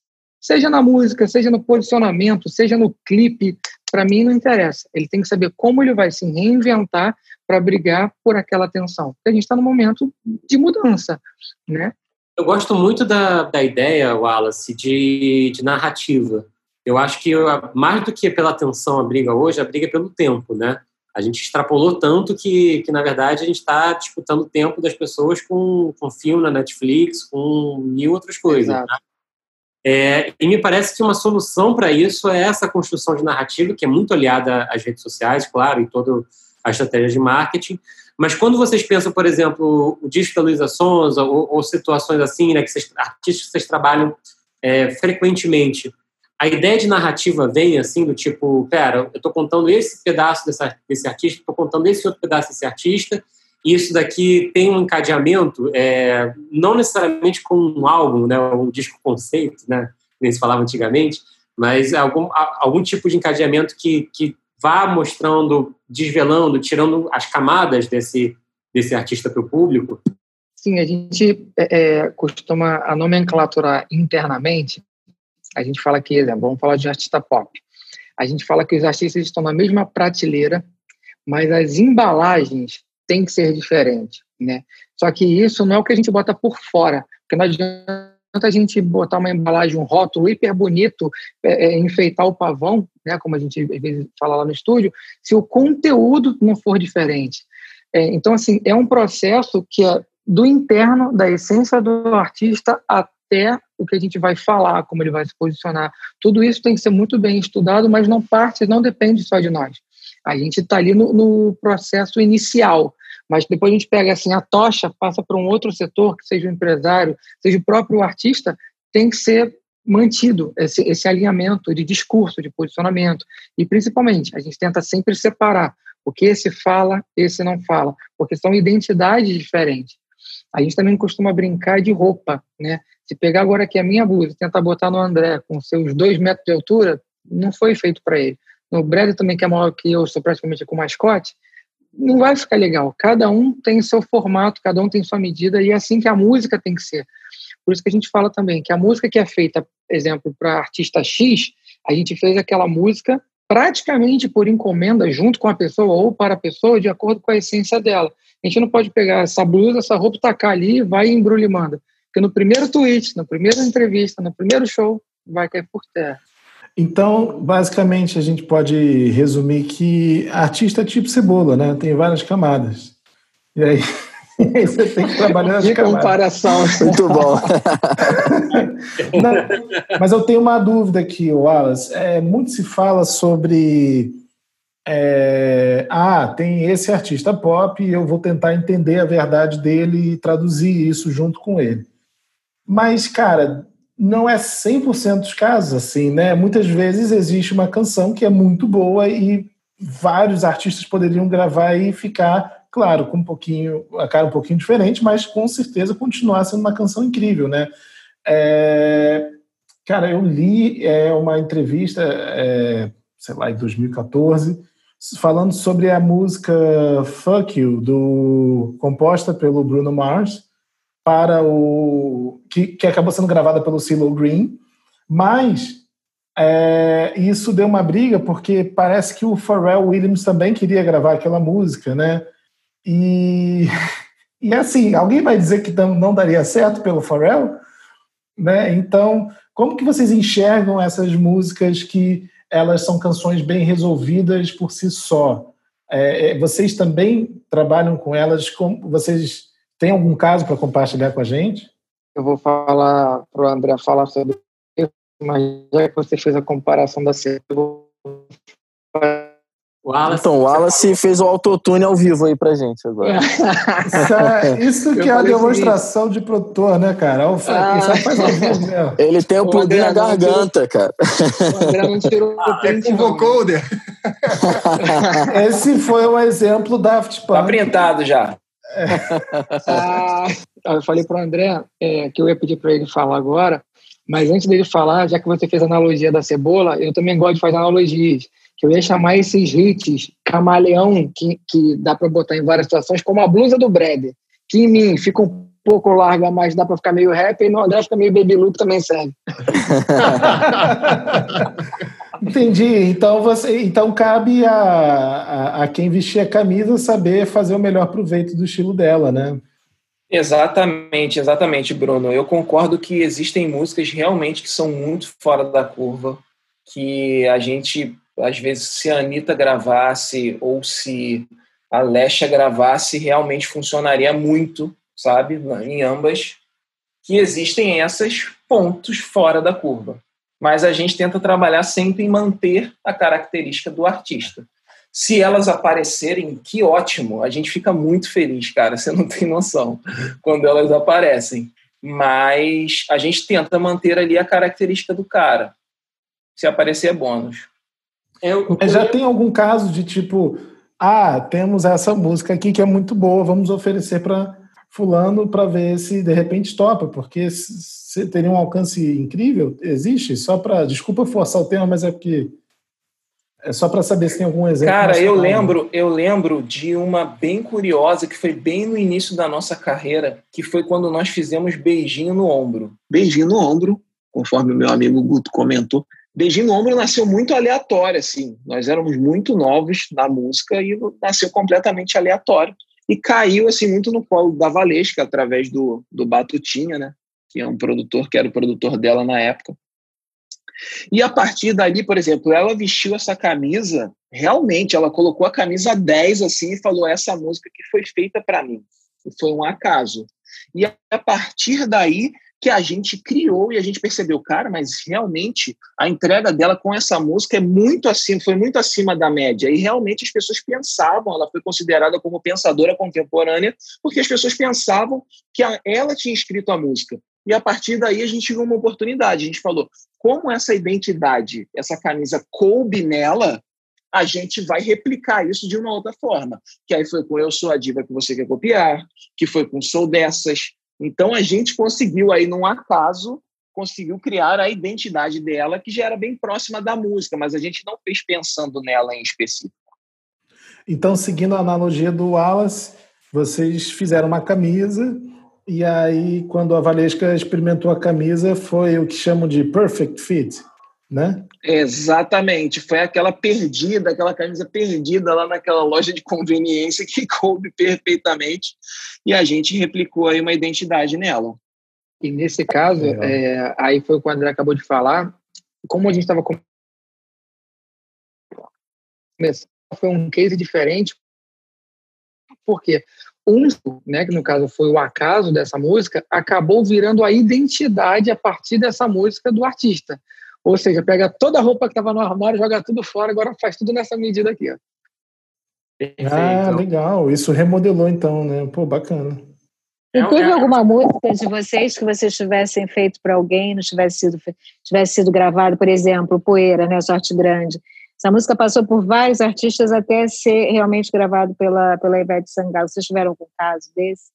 seja na música, seja no posicionamento, seja no clipe, para mim não interessa. Ele tem que saber como ele vai se reinventar para brigar por aquela atenção. Porque a gente está num momento de mudança, né? Eu gosto muito da ideia, Wallace, de narrativa. Eu acho que mais do que pela atenção a briga hoje, a briga é pelo tempo, né? A gente extrapolou tanto que na verdade, a gente está disputando o tempo das pessoas com filme na Netflix, com mil outras coisas. Né? E me parece que uma solução para isso é essa construção de narrativa, que é muito aliada às redes sociais, claro, e toda a estratégia de marketing. Mas quando vocês pensam, por exemplo, digitalizações ou situações assim, né, que artistas que vocês trabalham frequentemente, a ideia de narrativa vem assim do tipo, pera, eu estou contando esse pedaço desse artista, estou contando esse outro pedaço desse artista, e isso daqui tem um encadeamento, não necessariamente com um álbum, né, um disco conceito, né, nem se falava antigamente, mas algum tipo de encadeamento que vá mostrando, desvelando, tirando as camadas desse artista para o público? Sim, a gente costuma a nomenclaturar internamente, a gente fala que, vamos falar de artista pop, a gente fala que os artistas estão na mesma prateleira, mas as embalagens têm que ser diferentes, né? Só que isso não é o que a gente bota por fora, porque não adianta a gente botar uma embalagem, um rótulo hiper bonito, enfeitar o pavão, né, como a gente às vezes fala lá no estúdio, se o conteúdo não for diferente. Então, assim, é um processo que é do interno, da essência do artista até o que a gente vai falar, como ele vai se posicionar. Tudo isso tem que ser muito bem estudado, mas não depende só de nós. A gente está ali no processo inicial, mas depois a gente pega assim, a tocha, passa para um outro setor, que seja o empresário, seja o próprio artista, tem que ser mantido esse alinhamento de discurso, de posicionamento. E, principalmente, a gente tenta sempre separar o que esse fala, esse não fala, porque são identidades diferentes. A gente também costuma brincar de roupa, né? Se pegar agora aqui a minha blusa e tentar botar no André com seus 2 metros de altura, não foi feito para ele. No Brad também, que é maior que eu, sou praticamente com mascote, não vai ficar legal. Cada um tem seu formato, cada um tem sua medida, e é assim que a música tem que ser. Por isso que a gente fala também que a música que é feita, exemplo, para artista X, a gente fez aquela música praticamente por encomenda, junto com a pessoa ou para a pessoa, de acordo com a essência dela. A gente não pode pegar essa blusa, essa roupa, tacar ali e vai embrulhando. Porque no primeiro tweet, na primeira entrevista, no primeiro show, vai cair por terra. Então, basicamente, a gente pode resumir que artista é tipo cebola, né? Tem várias camadas. E aí você tem que trabalhar nas camadas. Comparação. Muito bom. Não, mas eu tenho uma dúvida aqui, Wallace. Muito se fala sobre... tem esse artista pop e eu vou tentar entender a verdade dele e traduzir isso junto com ele. Mas, cara... não é 100% dos casos assim, né? Muitas vezes existe uma canção que é muito boa e vários artistas poderiam gravar e ficar, claro, com a cara um pouquinho diferente, mas com certeza continuar sendo uma canção incrível, né? Cara, eu li uma entrevista, sei lá, em 2014, falando sobre a música Fuck You, composta pelo Bruno Mars, para que acabou sendo gravada pelo CeeLo Green, mas isso deu uma briga porque parece que o Pharrell Williams também queria gravar aquela música, né? E assim, alguém vai dizer que não daria certo pelo Pharrell? Né? Então, como que vocês enxergam essas músicas que elas são canções bem resolvidas por si só? Vocês também trabalham com elas? Vocês têm algum caso para compartilhar com a gente? Eu vou falar para o André falar sobre isso, mas já que você fez a comparação da série, Então, o Wallace fez o autotune ao vivo aí pra gente agora. Isso que é a demonstração de produtor, né, cara? Isso faz ao vivo mesmo. Ele tem o plugin na garganta, cara. O André não tirou o print, com vocoder. Esse foi um exemplo da Daft Punk. Tá printado já. Eu falei para o André que eu ia pedir para ele falar agora, mas antes dele falar, já que você fez a analogia da cebola, eu também gosto de fazer analogias, que eu ia chamar esses hits camaleão que dá para botar em várias situações, como a blusa do Brad, que em mim fica um pouco larga, mas dá para ficar meio rap, e no André fica meio baby look, também serve. Entendi. Então cabe a quem vestir a camisa saber fazer o melhor proveito do estilo dela, né? Exatamente, Bruno. Eu concordo que existem músicas realmente que são muito fora da curva, que a gente, às vezes, se a Anitta gravasse ou se a Lesha gravasse, realmente funcionaria muito, sabe? Em ambas, que existem esses pontos fora da curva. Mas a gente tenta trabalhar sempre em manter a característica do artista. Se elas aparecerem, que ótimo, a gente fica muito feliz, cara, você não tem noção quando elas aparecem. Mas a gente tenta manter ali a característica do cara. Se aparecer, é bônus. Já tem algum caso de tipo, temos essa música aqui que é muito boa, vamos oferecer para fulano para ver se de repente topa, porque teria um alcance incrível? Existe? Desculpa forçar o tema, mas é porque é só para saber se tem algum exemplo. Cara, eu lembro de uma bem curiosa que foi bem no início da nossa carreira, que foi quando nós fizemos Beijinho no Ombro. Beijinho no Ombro, conforme o meu amigo Guto comentou. Beijinho no Ombro nasceu muito aleatório, assim. Nós éramos muito novos na música e nasceu completamente aleatório. E caiu assim muito no colo da Valesca, através do Batutinha, né? Que é um produtor, que era o produtor dela na época. E a partir dali, por exemplo, ela vestiu essa camisa, realmente, ela colocou a camisa 10 assim e falou, essa música que foi feita para mim. E foi um acaso. E a partir daí que a gente criou e a gente percebeu, cara, mas realmente a entrega dela com essa música é muito acima, foi muito acima da média. E realmente as pessoas pensavam, ela foi considerada como pensadora contemporânea, porque as pessoas pensavam que ela tinha escrito a música. E a partir daí a gente viu uma oportunidade. A gente falou, como essa identidade, essa camisa coube nela, a gente vai replicar isso de uma outra forma. Que aí foi com Eu Sou a Diva que Você Quer Copiar, que foi com Sou Dessas. Então a gente conseguiu aí, num acaso, conseguiu criar a identidade dela, que já era bem próxima da música, mas a gente não fez pensando nela em específico. Então, seguindo a analogia do Wallace, vocês fizeram uma camisa, e aí, quando a Valesca experimentou a camisa, foi o que chamam de perfect fit, né? Exatamente, foi aquela perdida, aquela camisa perdida lá naquela loja de conveniência que coube perfeitamente, e a gente replicou aí uma identidade nela. E nesse caso, aí foi o que o André acabou de falar, como a gente estava começando, foi um case diferente, porque né, que no caso foi o acaso dessa música, acabou virando a identidade a partir dessa música do artista. Ou seja, pega toda a roupa que estava no armário, joga tudo fora, agora faz tudo nessa medida aqui. Ó. Ah, legal. Isso remodelou então, né? Pô, bacana. E teve alguma música de vocês que vocês tivessem feito para alguém, não tivesse sido gravado, por exemplo, Poeira, né, Sorte Grande. Essa música passou por vários artistas até ser realmente gravado pela Ivete Sangalo. Vocês tiveram algum caso desse?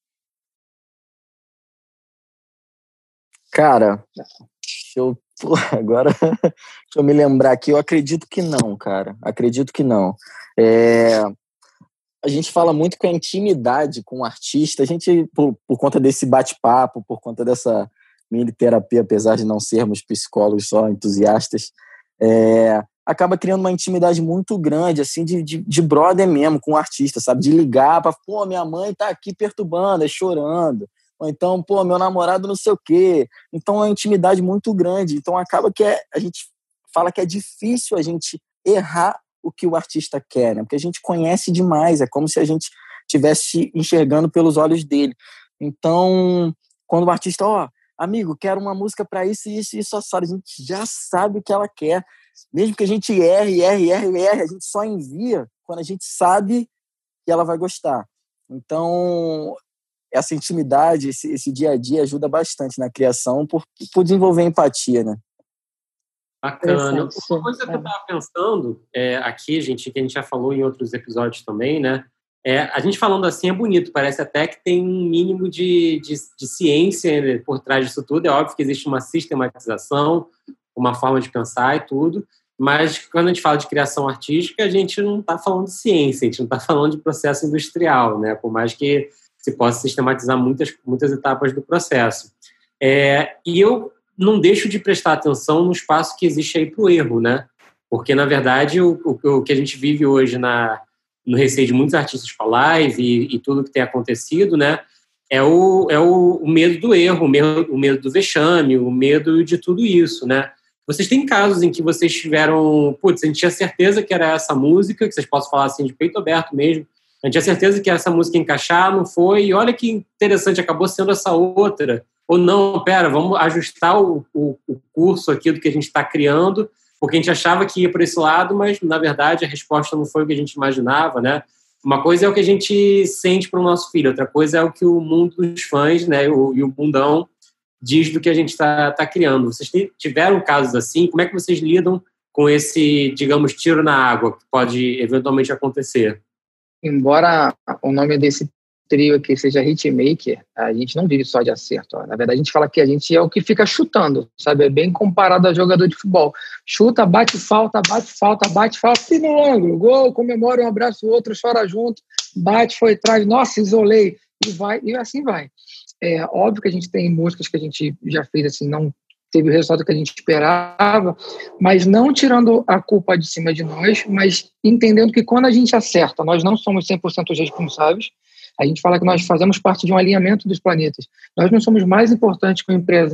Cara, agora, deixa eu me lembrar aqui, eu acredito que não, cara. Acredito que não. A gente fala muito com a intimidade com o artista, a gente, por conta desse bate-papo, por conta dessa mini terapia, apesar de não sermos psicólogos só entusiastas, acaba criando uma intimidade muito grande, assim, de brother mesmo com o artista, sabe? De ligar para, pô, minha mãe tá aqui perturbando, chorando. Ou então, pô, meu namorado não sei o quê. Então, é uma intimidade muito grande. Então, acaba que a gente fala que é difícil a gente errar o que o artista quer, né? Porque a gente conhece demais, é como se a gente estivesse enxergando pelos olhos dele. Então, quando o artista, amigo, quero uma música para isso, isso e isso, a gente já sabe o que ela quer. Mesmo que a gente erre, a gente só envia quando a gente sabe que ela vai gostar. Então, essa intimidade, esse dia a dia ajuda bastante na criação por desenvolver empatia, né? Bacana. Uma coisa que eu estava pensando aqui, gente, que a gente já falou em outros episódios também, né? A gente falando assim é bonito, parece até que tem um mínimo de ciência por trás disso tudo. É óbvio que existe uma sistematização, uma forma de pensar e tudo, mas quando a gente fala de criação artística, a gente não está falando de ciência, a gente não está falando de processo industrial, né? Por mais que se possa sistematizar muitas etapas do processo. E eu não deixo de prestar atenção no espaço que existe aí para o erro, né? Porque, na verdade, o que a gente vive hoje no receio de muitos artistas com a live e tudo que tem acontecido, né? É o medo do erro, o medo do vexame, o medo de tudo isso, né? Vocês têm casos em que vocês tiveram... Putz, a gente tinha certeza que era essa música, que vocês possam falar assim de peito aberto mesmo. A gente tinha certeza que essa música ia encaixar, não foi. E olha que interessante, acabou sendo essa outra. Ou não, pera, vamos ajustar o curso aqui do que a gente está criando, porque a gente achava que ia por esse lado, mas, na verdade, a resposta não foi o que a gente imaginava, né? Uma coisa é o que a gente sente para o nosso filho, outra coisa é o que o mundo dos fãs, né, e o mundão diz do que a gente está criando. Vocês tiveram casos assim? Como é que vocês lidam com esse, digamos, tiro na água que pode eventualmente acontecer? Embora o nome desse trio aqui seja hitmaker, a gente não vive só de acerto. Na verdade, a gente fala que a gente é o que fica chutando, sabe? É bem comparado a jogador de futebol. Chuta, bate falta, e no ângulo, gol, comemora, um abraço o outro, chora junto, bate, foi atrás, nossa, isolei, e assim vai. É óbvio que a gente tem músicas que a gente já fez assim, não teve o resultado que a gente esperava, mas não tirando a culpa de cima de nós, mas entendendo que quando a gente acerta, nós não somos 100% responsáveis. A gente fala que nós fazemos parte de um alinhamento dos planetas. Nós não somos mais importantes que o empresário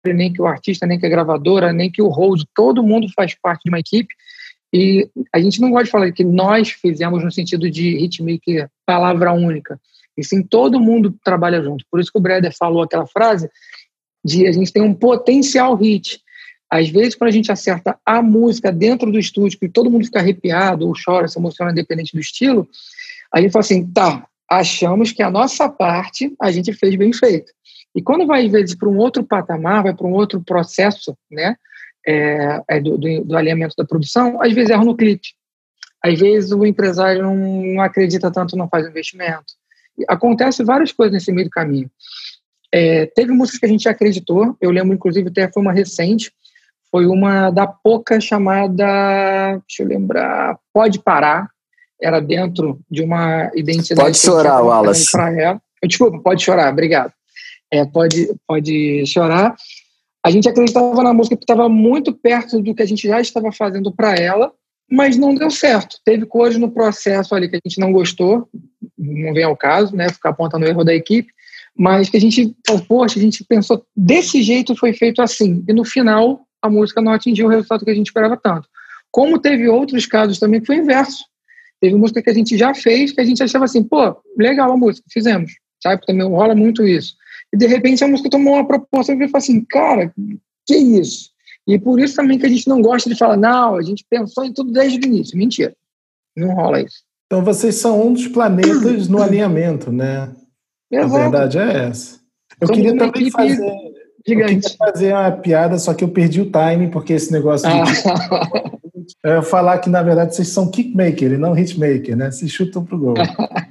nem que o artista, nem que a gravadora, nem que o hold, todo mundo faz parte de uma equipe. E a gente não gosta de falar que nós fizemos no sentido de hitmaker, palavra única. E sim, todo mundo trabalha junto. Por isso que o Breder falou aquela frase de a gente tem um potencial hit. Às vezes, quando a gente acerta a música dentro do estúdio, que todo mundo fica arrepiado ou chora, se emociona, independente do estilo, a gente fala assim, tá, achamos que a nossa parte a gente fez bem feito. E quando vai, às vezes, para um outro patamar, vai para um outro processo, né, do alinhamento da produção, às vezes erra no clipe. Às vezes o empresário não acredita tanto, não faz investimento. Acontece várias coisas nesse meio do caminho. Teve músicas que a gente acreditou, eu lembro, inclusive, até foi uma recente, foi uma da Poca chamada, deixa eu lembrar, Pode Parar, era dentro de uma identidade... Pode chorar, Wallace. Desculpa, Pode Chorar, obrigado. Pode Chorar. A gente acreditava na música que estava muito perto do que a gente já estava fazendo para ela, mas não deu certo. Teve coisas no processo ali que a gente não gostou, não vem ao caso, né, ficar apontando o erro da equipe, mas que a gente, poxa, a gente pensou desse jeito, foi feito assim. E no final, a música não atingiu o resultado que a gente esperava tanto. Como teve outros casos também que foi o inverso. Teve música que a gente já fez, que a gente achava assim, pô, legal a música, fizemos. Sabe? Também rola muito isso. E de repente a música tomou uma proporção que eu falei assim, cara, que isso? E por isso também que a gente não gosta de falar, não, a gente pensou em tudo desde o início. Mentira. Não rola isso. Então vocês são um dos planetas no alinhamento, né? Exato. A verdade é essa. Eu queria também fazer uma piada, só que eu perdi o timing, porque esse negócio de... Eu ia falar que, na verdade, vocês são kickmaker e não hitmaker, né? Se chutam pro gol.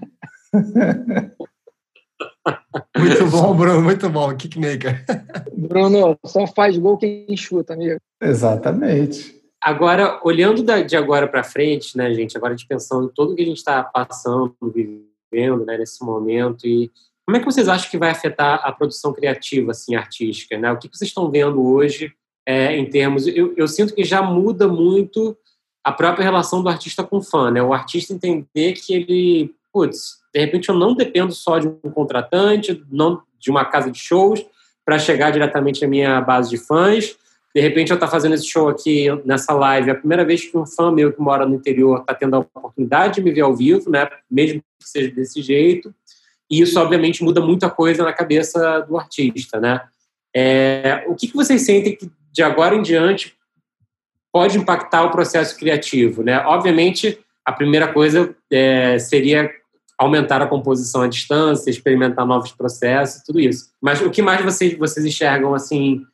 Muito bom, Bruno, muito bom. Kickmaker. Bruno, só faz gol quem chuta, amigo. Exatamente. Agora, olhando de agora para frente, né, gente? Agora a gente pensando em tudo que a gente está passando, vivendo, né, nesse momento, e como é que vocês acham que vai afetar a produção criativa, assim, artística, né? O que vocês estão vendo hoje em termos... Eu sinto que já muda muito a própria relação do artista com o fã, né? O artista entender que ele... Putz, de repente eu não dependo só de um contratante, não de uma casa de shows, para chegar diretamente à minha base de fãs. De repente eu estou fazendo esse show aqui nessa live, é a primeira vez que um fã meu que mora no interior está tendo a oportunidade de me ver ao vivo, né? Mesmo que seja desse jeito. E isso, obviamente, muda muita coisa na cabeça do artista, né? O que vocês sentem que, de agora em diante, pode impactar o processo criativo, né? Obviamente, a primeira coisa seria aumentar a composição à distância, experimentar novos processos, tudo isso. Mas o que mais vocês enxergam, assim,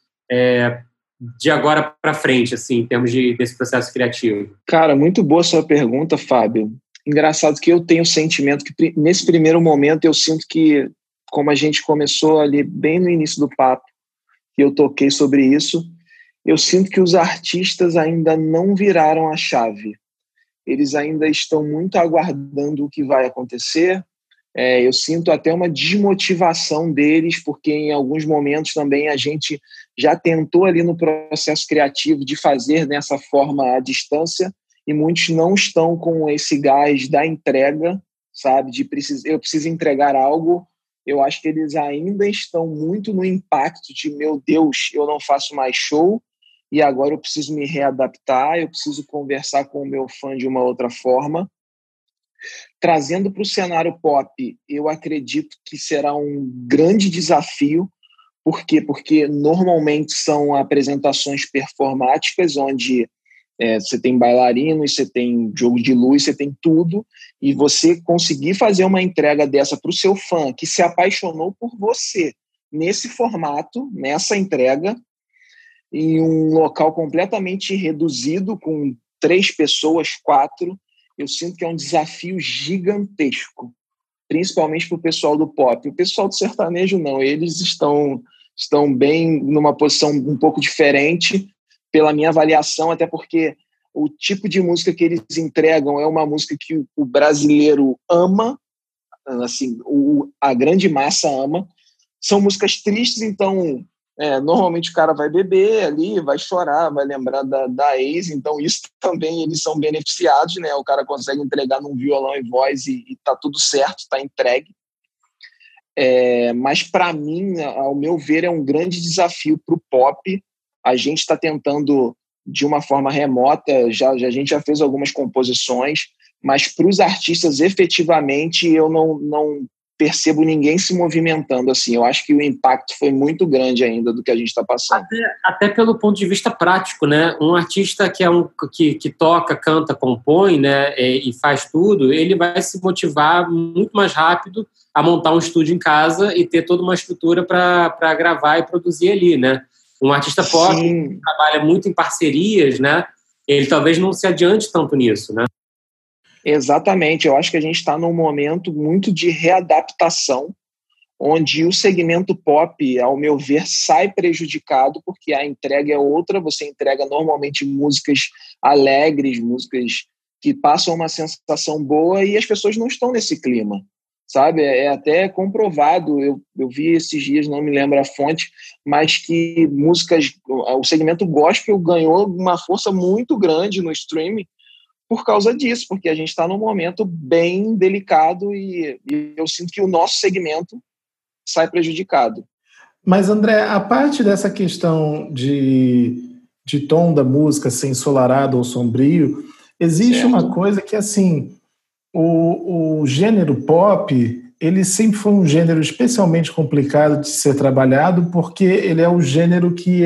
de agora para frente, assim, em termos desse processo criativo? Cara, muito boa sua pergunta, Fábio. Engraçado que eu tenho o sentimento que, nesse primeiro momento, eu sinto que, como a gente começou ali bem no início do papo, que eu toquei sobre isso, eu sinto que os artistas ainda não viraram a chave. Eles ainda estão muito aguardando o que vai acontecer. Eu sinto até uma desmotivação deles, porque em alguns momentos também a gente já tentou ali no processo criativo de fazer dessa forma à distância, e muitos não estão com esse gás da entrega, sabe? Eu preciso entregar algo. Eu acho que eles ainda estão muito no impacto de, meu Deus, eu não faço mais show e agora eu preciso me readaptar, eu preciso conversar com o meu fã de uma outra forma. Trazendo para o cenário pop, eu acredito que será um grande desafio. Por quê? Porque normalmente são apresentações performáticas, onde você tem bailarinos, você tem jogo de luz, você tem tudo, e você conseguir fazer uma entrega dessa para o seu fã, que se apaixonou por você, nesse formato, nessa entrega, em um local completamente reduzido, com 3 pessoas, 4, eu sinto que é um desafio gigantesco, principalmente para o pessoal do pop. O pessoal do sertanejo não, eles estão bem numa posição um pouco diferente, pela minha avaliação, até porque o tipo de música que eles entregam é uma música que o brasileiro ama, assim, a grande massa ama. São músicas tristes, então normalmente o cara vai beber ali, vai chorar, vai lembrar da ex, então isso também eles são beneficiados, né? O cara consegue entregar num violão e voz e tá tudo certo, tá entregue. Mas, para mim, ao meu ver, é um grande desafio para o pop. A gente está tentando, de uma forma remota, a gente já fez algumas composições, mas para os artistas, efetivamente, eu não percebo ninguém se movimentando assim. Eu acho que o impacto foi muito grande ainda do que a gente está passando. Até pelo ponto de vista prático, né? Um artista que toca, canta, compõe, né? E faz tudo, ele vai se motivar muito mais rápido a montar um estúdio em casa e ter toda uma estrutura para gravar e produzir ali, né? Um artista pop que trabalha muito em parcerias, né? Ele talvez não se adiante tanto nisso, né? Exatamente. Eu acho que a gente está num momento muito de readaptação, onde o segmento pop, ao meu ver, sai prejudicado, porque a entrega é outra. Você entrega normalmente músicas alegres, músicas que passam uma sensação boa, e as pessoas não estão nesse clima, sabe? É até comprovado, eu vi esses dias, não me lembro a fonte, mas que o segmento gospel ganhou uma força muito grande no streaming por causa disso, porque a gente está num momento bem delicado e eu sinto que o nosso segmento sai prejudicado. Mas, André, a parte dessa questão de tom da música ser ensolarado ou sombrio, existe uma coisa que, assim, o gênero pop, ele sempre foi um gênero especialmente complicado de ser trabalhado, porque ele é um gênero que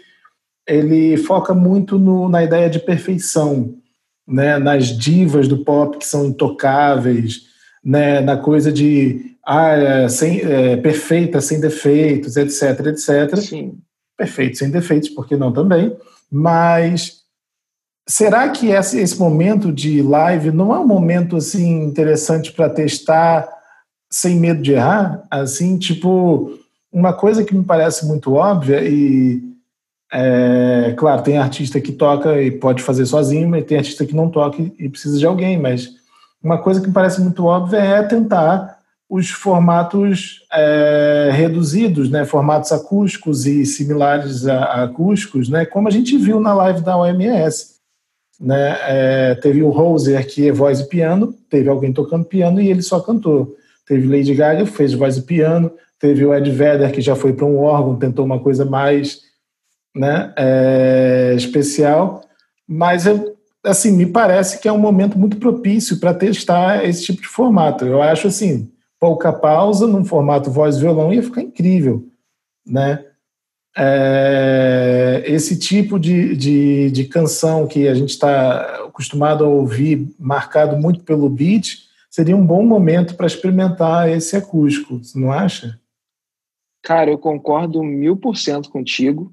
ele foca muito na ideia de perfeição, né, nas divas do pop que são intocáveis, né, na coisa de perfeita, sem defeitos, etc, etc. Sim. Perfeito, sem defeitos, por que não também? Mas será que esse momento de live não é um momento assim interessante para testar sem medo de errar? Assim, tipo, uma coisa que me parece muito óbvia e claro, tem artista que toca e pode fazer sozinho, mas tem artista que não toca e precisa de alguém, mas uma coisa que me parece muito óbvia é tentar os formatos reduzidos, né, formatos acústicos e similares a acústicos, né, como a gente viu na live da OMS. Né, teve o Hozier, que é voz e piano, teve alguém tocando piano e ele só cantou. Teve Lady Gaga, fez voz e piano, teve o Ed Vedder, que já foi para um órgão, tentou uma coisa mais, né, especial, mas assim, me parece que é um momento muito propício para testar esse tipo de formato. Eu acho assim, pouca pausa num formato voz e violão ia ficar incrível, né? Esse tipo de canção que a gente está acostumado a ouvir, marcado muito pelo beat, seria um bom momento para experimentar esse acústico, você não acha? Cara, eu concordo 1000% contigo.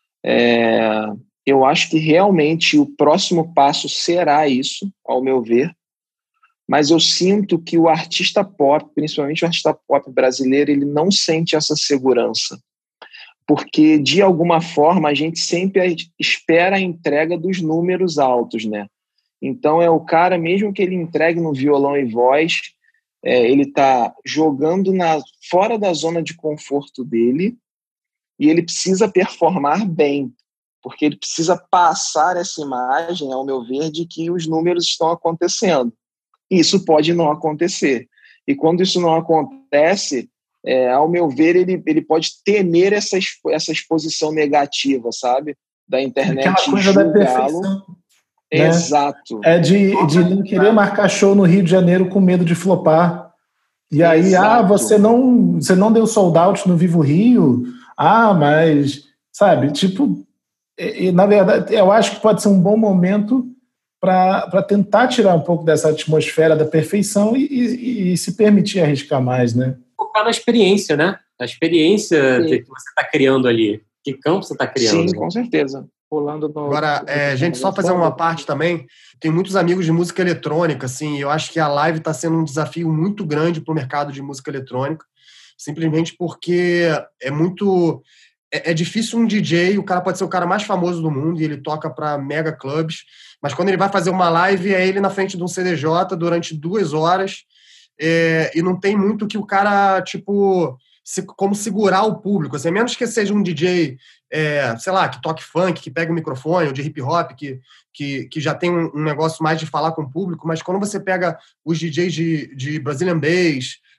Eu acho que realmente o próximo passo será isso, ao meu ver, mas eu sinto que o artista pop, principalmente o artista pop brasileiro, ele não sente essa segurança, porque de alguma forma a gente sempre espera a entrega dos números altos, né? Então é o cara, mesmo que ele entregue no violão e voz, ele está jogando fora da zona de conforto dele e ele precisa performar bem, porque ele precisa passar essa imagem, ao meu ver, de que os números estão acontecendo. Isso pode não acontecer. E quando isso não acontece, ao meu ver, ele pode temer essa exposição negativa, sabe? Da internet. Aquela coisa da perfeição. Né? Exato. De não querer marcar show no Rio de Janeiro com medo de flopar. E aí, você não deu sold out no Vivo Rio? Mas, sabe, tipo... E, na verdade, eu acho que pode ser um bom momento para tentar tirar um pouco dessa atmosfera da perfeição e se permitir arriscar mais, né? Focar na experiência, né? A experiência que você está criando ali. Que campo você está criando? Sim, com certeza. Agora, gente, só fazer uma parte também. Tem muitos amigos de música eletrônica, assim, e eu acho que a live está sendo um desafio muito grande para o mercado de música eletrônica, simplesmente porque é difícil um DJ, o cara pode ser o cara mais famoso do mundo e ele toca para mega clubes, mas quando ele vai fazer uma live, é ele na frente de um CDJ durante 2 horas e não tem muito que o cara, tipo, como segurar o público. Assim, a menos que seja um DJ, sei lá, que toque funk, que pega o microfone, ou de hip hop, que já tem um negócio mais de falar com o público, mas quando você pega os DJs de Brazilian Bass,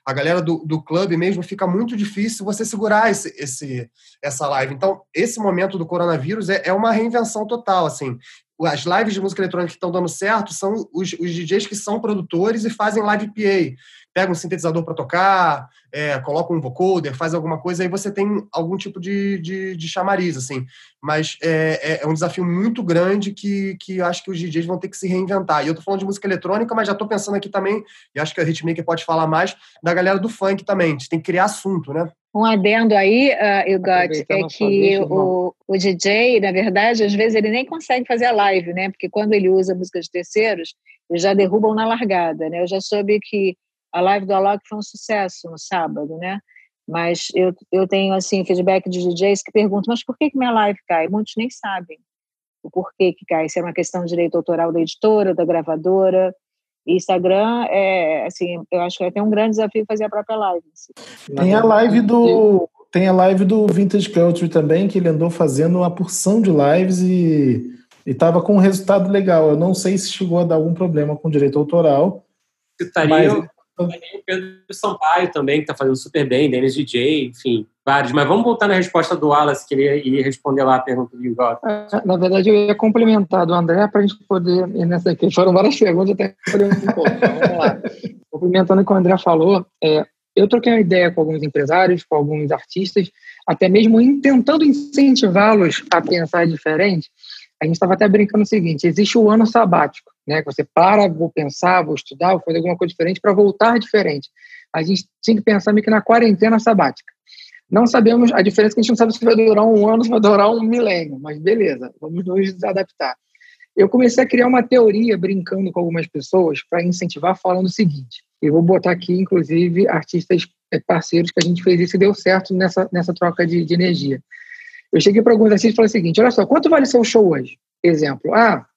a galera do clube mesmo, fica muito difícil você segurar essa live. Então, esse momento do coronavírus é uma reinvenção total, assim. As lives de música eletrônica que estão dando certo são os DJs que são produtores e fazem live PA. Pega um sintetizador para tocar, coloca um vocoder, faz alguma coisa, aí você tem algum tipo de chamariz, assim. Mas é um desafio muito grande que eu acho que os DJs vão ter que se reinventar. E eu tô falando de música eletrônica, mas já tô pensando aqui também, e acho que a Hitmaker pode falar mais, da galera do funk também. A gente tem que criar assunto, né? Um adendo aí, Hugot, é que o DJ, na verdade, às vezes ele nem consegue fazer a live, né? Porque quando ele usa música de terceiros, eles já derrubam na largada, né? Eu já soube que a live do Alok foi um sucesso no sábado, né? Mas eu tenho, assim, feedback de DJs que perguntam, mas por que minha live cai? Muitos nem sabem o porquê que cai. Se é uma questão de direito autoral da editora, da gravadora. E Instagram, assim, eu acho que vai ter um grande desafio fazer a própria live. Assim. Tem a live do Vintage Culture também, que ele andou fazendo uma porção de lives e estava com um resultado legal. Eu não sei se chegou a dar algum problema com direito autoral. Estaria o Pedro Sampaio também, que está fazendo super bem, Dennis DJ, enfim, vários. Mas vamos voltar na resposta do Wallace, que ele ia responder lá a pergunta do Hugot. Na verdade, eu ia complementar do André para a gente poder ir nessa aqui. Foram várias perguntas, até um pouco. Então, vamos lá. Complementando o que o André falou, eu troquei uma ideia com alguns empresários, com alguns artistas, até mesmo tentando incentivá-los a pensar diferente. A gente estava até brincando o seguinte, existe o ano sabático, né? Que você para, vou pensar, vou estudar, vou fazer alguma coisa diferente para voltar diferente. A gente tinha que pensar meio que na quarentena sabática. Não sabemos, a diferença é que a gente não sabe se vai durar um ano, se vai durar um milênio, mas beleza, vamos nos adaptar. Eu comecei a criar uma teoria, brincando com algumas pessoas, para incentivar, falando o seguinte, eu vou botar aqui, inclusive, artistas parceiros que a gente fez isso e deu certo nessa troca de energia. Eu cheguei para alguns artistas e falei o seguinte, olha só, quanto vale seu show hoje? Exemplo,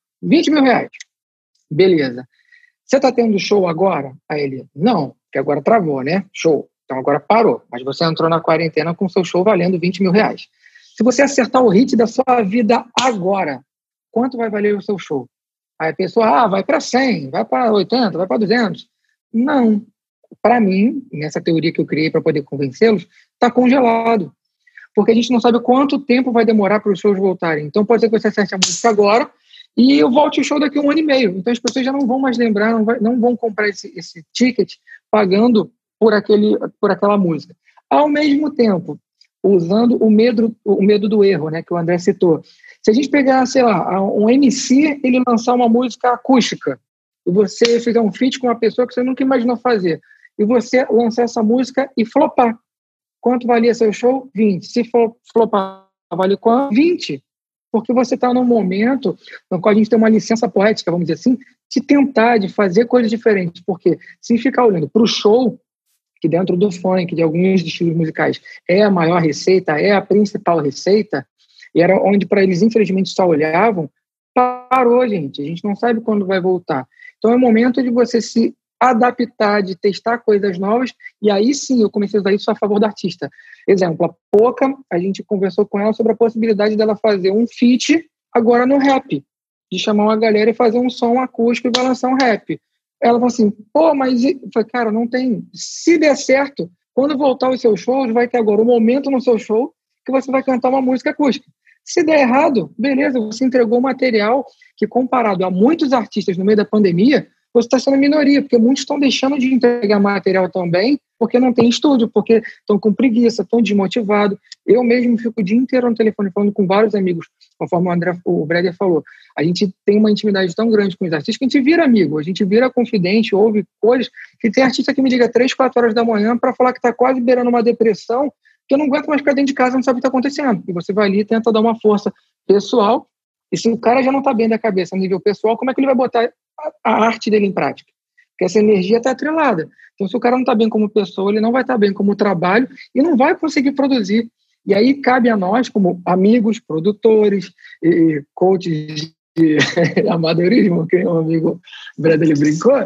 20 mil reais. Beleza. Você está tendo show agora? Aí ele, não, porque agora travou, né? Show. Então agora parou. Mas você entrou na quarentena com seu show valendo 20 mil reais. Se você acertar o hit da sua vida agora, quanto vai valer o seu show? Aí a pessoa, vai para 100, vai para 80, vai para 200. Não. Para mim, nessa teoria que eu criei para poder convencê-los, está congelado. Porque a gente não sabe quanto tempo vai demorar para os shows voltarem. Então pode ser que você acerte a música agora e eu volte o show daqui a 1 ano e meio. Então as pessoas já não vão mais lembrar, não vão comprar esse ticket pagando por aquela música. Ao mesmo tempo, usando o medo do erro, né, que o André citou. Se a gente pegar, sei lá, um MC, ele lançar uma música acústica, e você fizer um feat com uma pessoa que você nunca imaginou fazer, e você lançar essa música e flopar. Quanto valia seu show? 20. Se flopar, vale quanto? 20. Porque você está num momento no qual a gente tem uma licença poética, vamos dizer assim, de tentar, de fazer coisas diferentes. Porque se ficar olhando para o show, que dentro do funk, de alguns estilos musicais, é a maior receita, é a principal receita, e era onde para eles, infelizmente, só olhavam, parou, gente. A gente não sabe quando vai voltar. Então é o momento de você se adaptar, de testar coisas novas, e aí sim eu comecei a usar isso a favor do artista. Exemplo, a Poca, a gente conversou com ela sobre a possibilidade dela fazer um feat agora no rap, de chamar uma galera e fazer um som acústico e vai lançar um rap. Ela falou assim, mas... Eu falei, cara, não tem... Se der certo, quando voltar os seus shows, vai ter agora um momento no seu show que você vai cantar uma música acústica. Se der errado, beleza, você entregou um material que, comparado a muitos artistas no meio da pandemia, você está sendo minoria, porque muitos estão deixando de entregar material também, porque não tem estúdio, porque estão com preguiça, estão desmotivados. Eu mesmo fico o dia inteiro no telefone falando com vários amigos, conforme o Breder falou. A gente tem uma intimidade tão grande com os artistas que a gente vira amigo, a gente vira confidente, ouve coisas, que tem artista que me liga 3, 4 horas da manhã para falar que está quase beirando uma depressão, que eu não aguento mais ficar dentro de casa, não sabe o que está acontecendo. E você vai ali e tenta dar uma força pessoal, e se o cara já não está bem da cabeça a nível pessoal, como é que ele vai botar a arte dele em prática? Porque essa energia está atrelada. Então, se o cara não está bem como pessoa, ele não vai estar bem como trabalho e não vai conseguir produzir. E aí cabe a nós, como amigos, produtores, e coaches de amadorismo, que o amigo Brad ele brincou,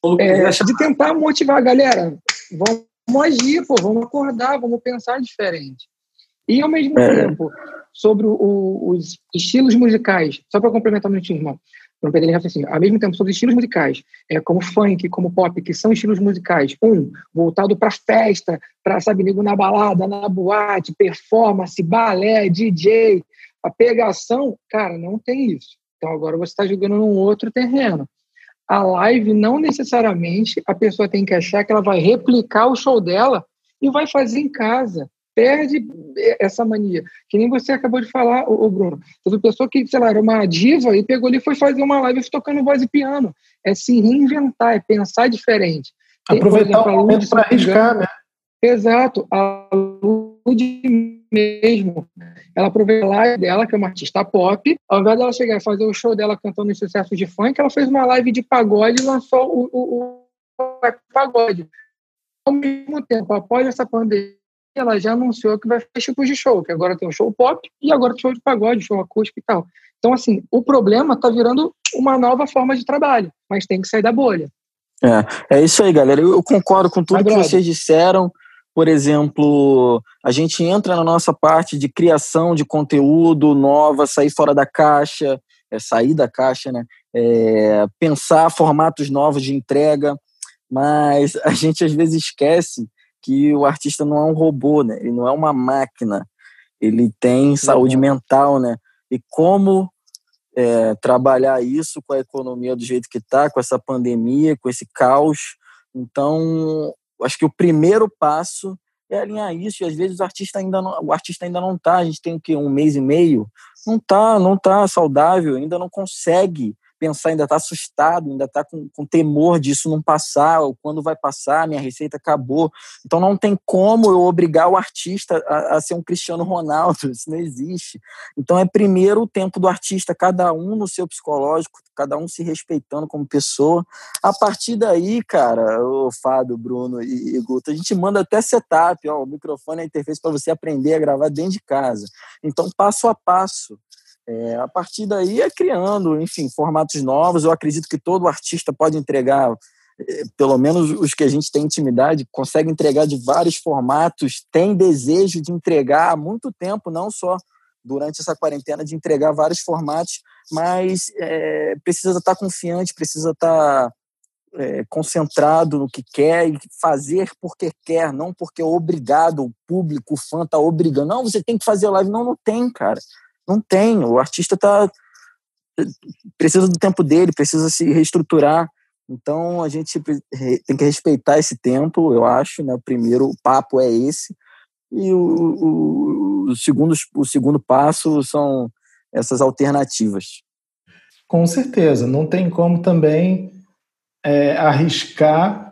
de tentar motivar a galera. Vamos agir, vamos acordar, vamos pensar diferente. E, ao mesmo tempo, sobre os estilos musicais, só para complementar um minutinho, irmão, Bruno Pedrini já fez assim, ao mesmo tempo, sobre estilos musicais, como funk, como pop, que são estilos musicais, voltado para festa, para, sabe, nego na balada, na boate, performance, balé, DJ, a pegação, cara, não tem isso. Então agora você está jogando num outro terreno. A live, não necessariamente a pessoa tem que achar que ela vai replicar o show dela e vai fazer em casa. Perde essa mania. Que nem você acabou de falar, o Bruno. Teve pessoa que, sei lá, era uma diva e pegou ali e foi fazer uma live tocando voz e piano. É se reinventar, é pensar diferente. Aproveitar o momento para arriscar, né? Exato. A Lud mesmo, ela aproveitou a live dela, que é uma artista pop, ao invés dela chegar e fazer o show dela cantando os sucessos de funk, ela fez uma live de pagode e lançou o pagode. Ao mesmo tempo, após essa pandemia, ela já anunciou que vai fazer tipos de show, que agora tem um show pop e agora tem show de pagode, show acústico e tal. Então, assim, o problema está virando uma nova forma de trabalho, mas tem que sair da bolha. É isso aí, galera. Eu concordo com tudo que vocês disseram. Por exemplo, a gente entra na nossa parte de criação de conteúdo nova, sair fora da caixa, sair da caixa, né? Pensar formatos novos de entrega, mas a gente às vezes esquece que o artista não é um robô, né? Ele não é uma máquina, ele tem saúde mental, né? E como trabalhar isso com a economia do jeito que está, com essa pandemia, com esse caos. Então, acho que o primeiro passo é alinhar isso, e às vezes o artista ainda não está, a gente tem o quê? 1 mês e meio? Não tá saudável, ainda não consegue pensar, ainda está assustado, ainda está com temor disso não passar, ou quando vai passar, minha receita acabou. Então não tem como eu obrigar o artista a ser um Cristiano Ronaldo, isso não existe. Então é primeiro o tempo do artista, cada um no seu psicológico, cada um se respeitando como pessoa. A partir daí, cara, o Fábio, Bruno e Guto, a gente manda até setup, o microfone, a interface para você aprender a gravar dentro de casa. Então, passo a passo. A partir daí é criando, enfim, formatos novos. Eu acredito que todo artista pode entregar, pelo menos os que a gente tem intimidade, consegue entregar de vários formatos, tem desejo de entregar há muito tempo, não só durante essa quarentena, de entregar vários formatos, mas precisa estar confiante, precisa estar concentrado no que quer e fazer porque quer, não porque é obrigado, o público, o fã está obrigando. Não, você tem que fazer live. Não tem, cara. Não tem, o artista precisa do tempo dele, precisa se reestruturar. Então a gente tem que respeitar esse tempo, eu acho, né? O primeiro papo é esse, e o segundo passo são essas alternativas. Com certeza, não tem como também arriscar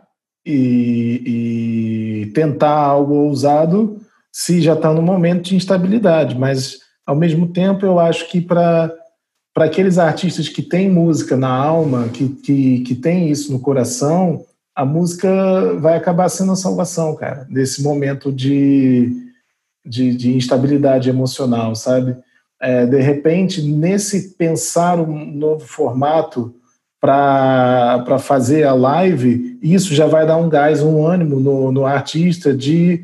e tentar algo ousado se já está no momento de instabilidade, mas ao mesmo tempo, eu acho que para aqueles artistas que têm música na alma, que têm isso no coração, a música vai acabar sendo a salvação, cara, desse momento de instabilidade emocional, sabe? De repente, nesse pensar um novo formato para fazer a live, isso já vai dar um gás, um ânimo no artista de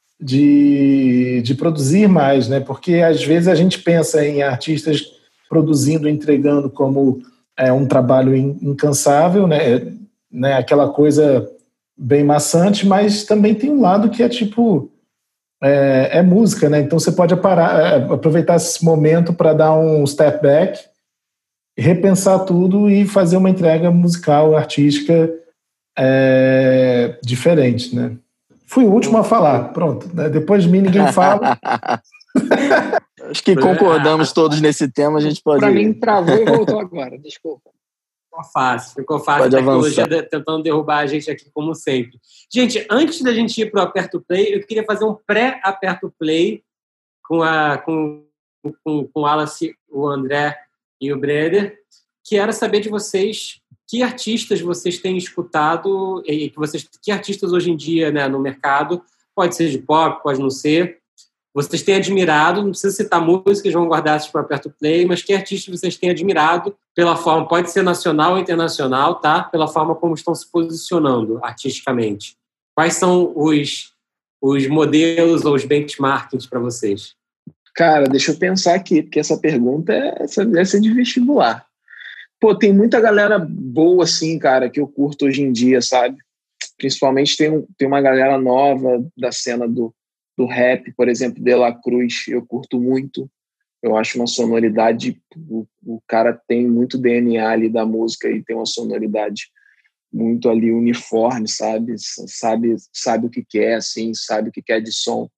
produzir mais, né? Porque às vezes a gente pensa em artistas produzindo, entregando como um trabalho incansável, né? Aquela coisa bem maçante, mas também tem um lado que é tipo música, né? Então você pode aproveitar esse momento para dar um step back, repensar tudo e fazer uma entrega musical, artística diferente, né? Fui o último a falar, pronto. Né? Depois de mim ninguém fala. Acho que concordamos todos nesse tema, a gente pode... Para mim travou e voltou agora, desculpa. Ficou fácil. A tecnologia tentando derrubar a gente aqui, como sempre. Gente, antes da gente ir para o Aperto Play, eu queria fazer um pré-Aperto Play com o Wallace, o André e o Breder, que era saber de vocês que artistas vocês têm escutado e que artistas hoje em dia, né, no mercado, pode ser de pop, pode não ser, vocês têm admirado, não precisa citar músicas, vão guardar essas para Aperto Play, mas que artistas vocês têm admirado pela forma, pode ser nacional ou internacional, tá? Pela forma como estão se posicionando artisticamente. Quais são os modelos ou os benchmarks para vocês? Cara, deixa eu pensar aqui, porque essa pergunta deve ser de vestibular. Pô, tem muita galera boa, assim, cara, que eu curto hoje em dia, sabe? Principalmente tem uma galera nova da cena do rap, por exemplo, De La Cruz, eu curto muito. Eu acho uma sonoridade... O cara tem muito DNA ali da música e tem uma sonoridade muito ali uniforme, sabe? Sabe o que quer, assim, sabe o que quer de som.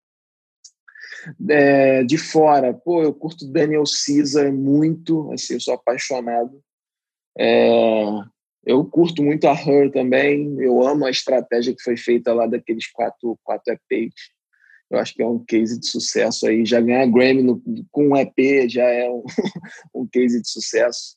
De fora, pô, eu curto Daniel Caesar muito, assim, eu sou apaixonado. Eu curto muito a Her também, eu amo a estratégia que foi feita lá daqueles quatro EPs. Eu acho que é um case de sucesso aí, já ganhar Grammy com um EP já é um case de sucesso.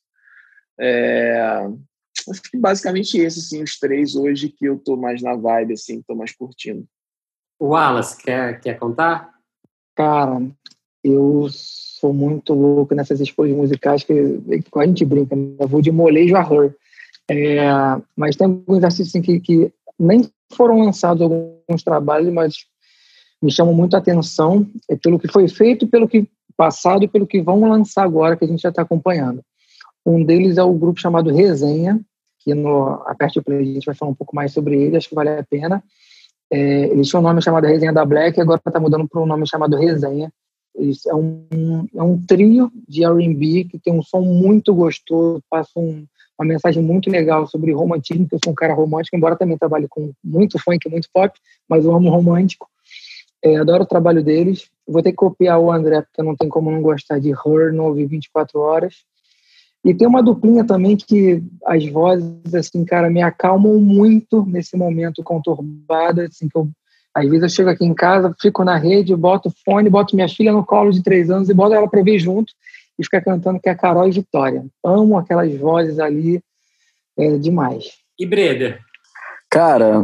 Acho que basicamente esses, assim, os 3 hoje que eu tô mais na vibe, assim, tô mais curtindo. O Wallace, quer contar? Cara, eu sou muito louco nessas escolhas musicais que a gente brinca, né? Eu vou de molejo a Her. Mas tem alguns artistas assim, que nem foram lançados alguns trabalhos, mas me chamam muito a atenção pelo que foi feito, pelo que passado e pelo que vão lançar agora, que a gente já está acompanhando. Um deles é o grupo chamado Resenha, que no Aperte o Play a gente vai falar um pouco mais sobre ele, acho que vale a pena. Eles tinham um nome chamado Resenha da Black, agora está mudando para um nome chamado Resenha. Eles é um trio de R&B que tem um som muito gostoso, passa uma mensagem muito legal sobre romantismo, que eu sou um cara romântico, embora também trabalhe com muito funk, muito pop, mas eu amo romântico. Adoro o trabalho deles. Vou ter que copiar o André, porque não tem como não gostar de Her, não ouvir 24 horas. E tem uma duplinha também que as vozes, assim, cara, me acalmam muito nesse momento conturbado, assim, que às vezes eu chego aqui em casa, fico na rede, boto o fone, boto minha filha no colo de 3 anos e boto ela pra ver junto e ficar cantando, que é a Carol e Vitória. Amo aquelas vozes ali, demais. E Breder? Cara,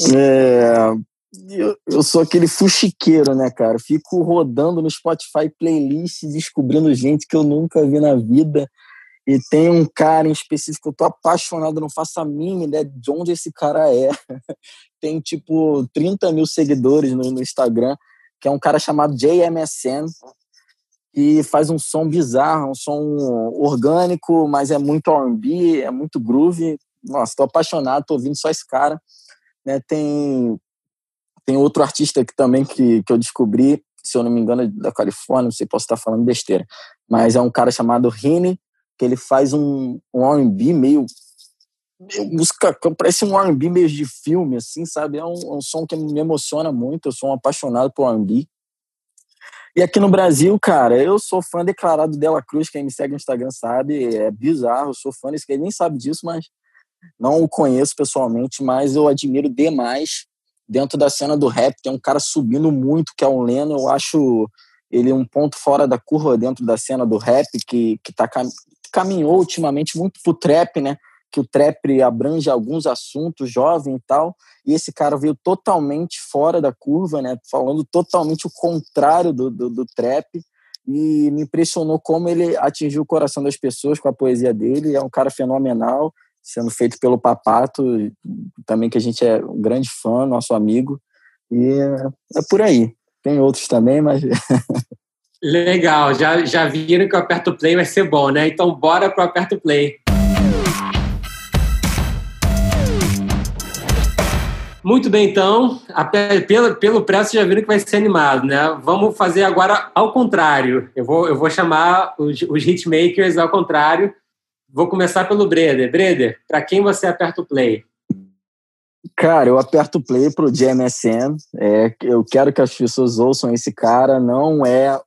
eu sou aquele fuxiqueiro, né, cara? Fico rodando no Spotify playlists, descobrindo gente que eu nunca vi na vida. E tem um cara em específico que eu tô apaixonado, não faço a mínima ideia de onde esse cara é. Tem, tipo, 30 mil seguidores no Instagram, que é um cara chamado JMSN, e faz um som bizarro, um som orgânico, mas é muito R&B, é muito groove. Nossa, tô apaixonado, tô ouvindo só esse cara. Né? Tem outro artista aqui também que eu descobri, se eu não me engano, é da Califórnia, não sei, posso estar falando besteira, mas é um cara chamado Rini, que ele faz um R&B meio música, parece um R&B meio de filme, assim, sabe? É um som que me emociona muito, eu sou um apaixonado por R&B. E aqui no Brasil, cara, eu sou fã declarado do De La Cruz, quem me segue no Instagram sabe, é bizarro, eu sou fã desse, ele nem sabe disso, mas não o conheço pessoalmente, mas eu admiro demais. Dentro da cena do rap, tem um cara subindo muito, que é o Leno, eu acho ele um ponto fora da curva dentro da cena do rap, que caminhou ultimamente muito pro trap, né? Que o trap abrange alguns assuntos, jovem e tal, e esse cara veio totalmente fora da curva, né? Falando totalmente o contrário do trap, e me impressionou como ele atingiu o coração das pessoas com a poesia dele. É um cara fenomenal, sendo feito pelo Papato, também, que a gente é um grande fã, nosso amigo, e é por aí. Tem outros também, mas... Legal, já viram que o Aperto Play vai ser bom, né? Então bora pro Aperto Play. Muito bem, então, pelo preço já viram que vai ser animado, né? Vamos fazer agora ao contrário. Eu vou chamar os hitmakers ao contrário. Vou começar pelo Breder. Breder, para quem você aperta o play? Cara, eu aperto o play pro JMSN. Eu quero que as pessoas ouçam esse cara. Não,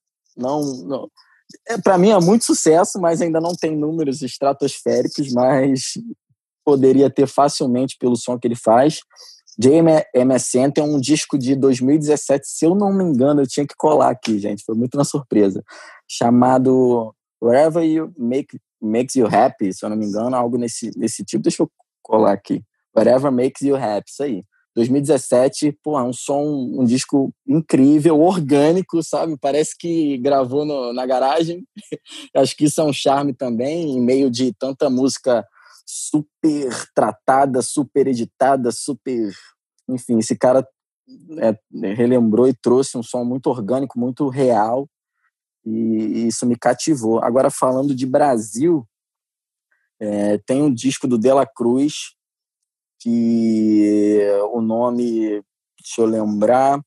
para mim é muito sucesso, mas ainda não tem números estratosféricos, mas poderia ter facilmente pelo som que ele faz. JMSN tem um disco de 2017, se eu não me engano, eu tinha que colar aqui, gente, foi muito na surpresa, chamado Wherever You Makes You Happy, se eu não me engano, algo nesse tipo. Deixa eu colar aqui. Whatever Makes You Happy, isso aí. 2017, pô, é um disco incrível, orgânico, sabe? Parece que gravou na garagem. Acho que isso é um charme também, em meio de tanta música super tratada, super editada, super... Enfim, esse cara relembrou e trouxe um som muito orgânico, muito real, e isso me cativou. Agora, falando de Brasil, Tem um disco do De La Cruz, que o nome, deixa eu lembrar,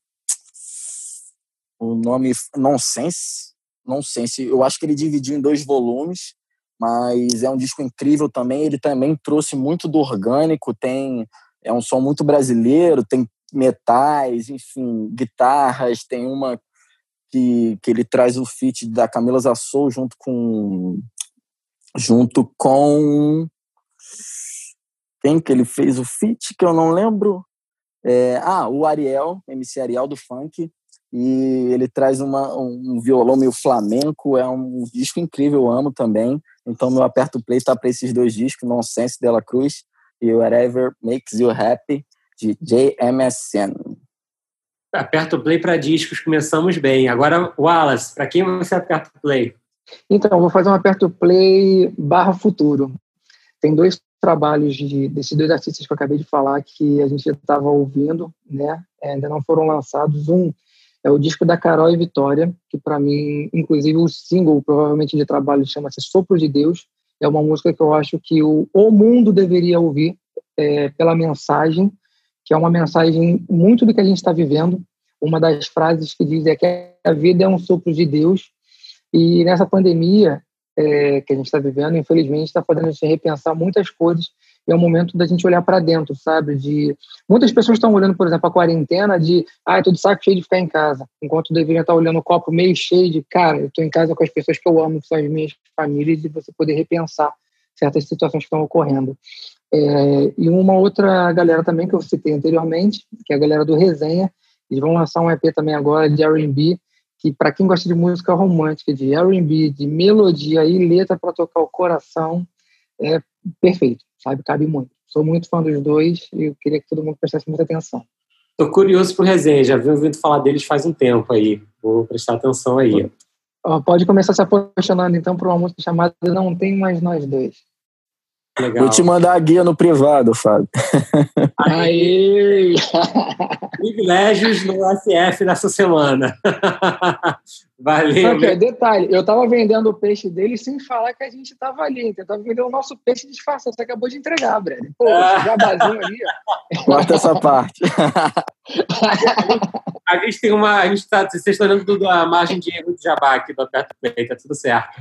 o nome Nonsense, eu acho que ele dividiu em 2 volumes, mas é um disco incrível também. Ele também trouxe muito do orgânico, é um som muito brasileiro, tem metais, enfim, guitarras, tem uma que ele traz o feat da Camila Zassou junto com quem que ele fez o feat, que eu não lembro. O Ariel, MC Ariel do funk, e ele traz um violão meio flamenco. É um disco incrível, eu amo também. Então meu aperto play tá para esses 2 discos, Nonsense, De La Cruz, e Whatever Makes You Happy, de JMSN. Aperta o play para discos, começamos bem. Agora, Wallace, para quem você aperta o play? Então, vou fazer um aperto play /futuro. Tem 2 trabalhos desses 2 artistas que eu acabei de falar que a gente estava ouvindo, né? Ainda não foram lançados. Um é o disco da Carol e Vitória, que para mim, inclusive o single provavelmente de trabalho chama-se Sopro de Deus. É uma música que eu acho que o mundo deveria ouvir pela mensagem, que é uma mensagem muito do que a gente está vivendo. Uma das frases que diz é que a vida é um sopro de Deus. E nessa pandemia que a gente está vivendo, infelizmente, está fazendo a gente repensar muitas coisas. E é o momento da gente olhar para dentro, sabe? Muitas pessoas estão olhando, por exemplo, a quarentena eu tô de saco cheio de ficar em casa, enquanto deveriam estar olhando o copo meio cheio de, cara, eu estou em casa com as pessoas que eu amo, que são as minhas famílias, e você poder repensar certas situações que estão ocorrendo. E uma outra galera também que eu citei anteriormente, que é a galera do Resenha, eles vão lançar um EP também agora de R&B, que para quem gosta de música romântica, de R&B, de melodia e letra para tocar o coração, é perfeito, sabe? Cabe muito. Sou muito fã dos 2 e eu queria que todo mundo prestasse muita atenção. Estou curioso por Resenha, já venho ouvindo falar deles faz um tempo aí. Vou prestar atenção aí. Pode começar se apaixonando então por uma música chamada Não Tem Mais Nós Dois. Legal. Vou te mandar a guia no privado, Fábio. Aê! Privilégios no SF nessa semana. Valeu. Okay, detalhe, eu estava vendendo o peixe dele sem falar que a gente estava ali. Eu estava vendendo o nosso peixe disfarçado. Você acabou de entregar, Breno. Pô, jabazinho ali. Corta essa parte. Vocês estão olhando da margem de erro de jabá aqui do Aperto Play, tá tudo certo.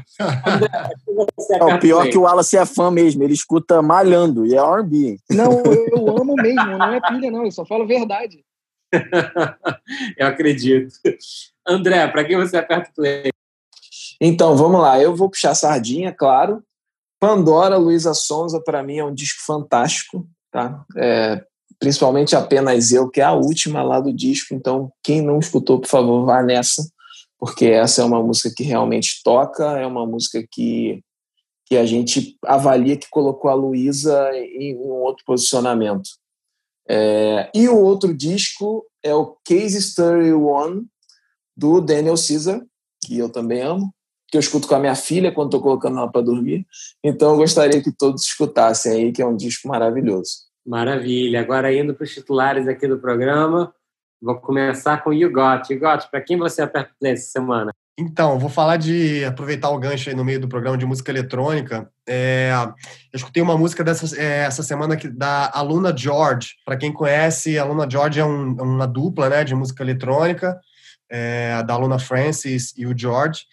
O pior é que o Wallace é fã mesmo, ele escuta malhando e é R&B. Não, eu amo mesmo, não é pilha não, eu só falo verdade. Eu acredito. André, para quem você aperta o play? Então, vamos lá. Eu vou puxar a sardinha, claro. Pandora, Luísa Sonza, para mim é um disco fantástico, tá? Principalmente Apenas Eu, que é a última lá do disco. Então, quem não escutou, por favor, vá nessa, porque essa é uma música que realmente toca, é uma música que a gente avalia que colocou a Luísa em um outro posicionamento. E o outro disco é o Case 31, do Daniel Caesar, que eu também amo, que eu escuto com a minha filha quando estou colocando ela para dormir. Então eu gostaria que todos escutassem aí, que é um disco maravilhoso. Maravilha. Agora indo para os titulares aqui do programa, vou começar com You Got. You Got, para quem você aperta essa semana? Então, vou falar aproveitar o gancho aí no meio do programa de música eletrônica. Eu escutei uma música essa semana da Aluna George. Para quem conhece, a Aluna George é uma dupla, né, de música eletrônica, da Aluna Francis e o George.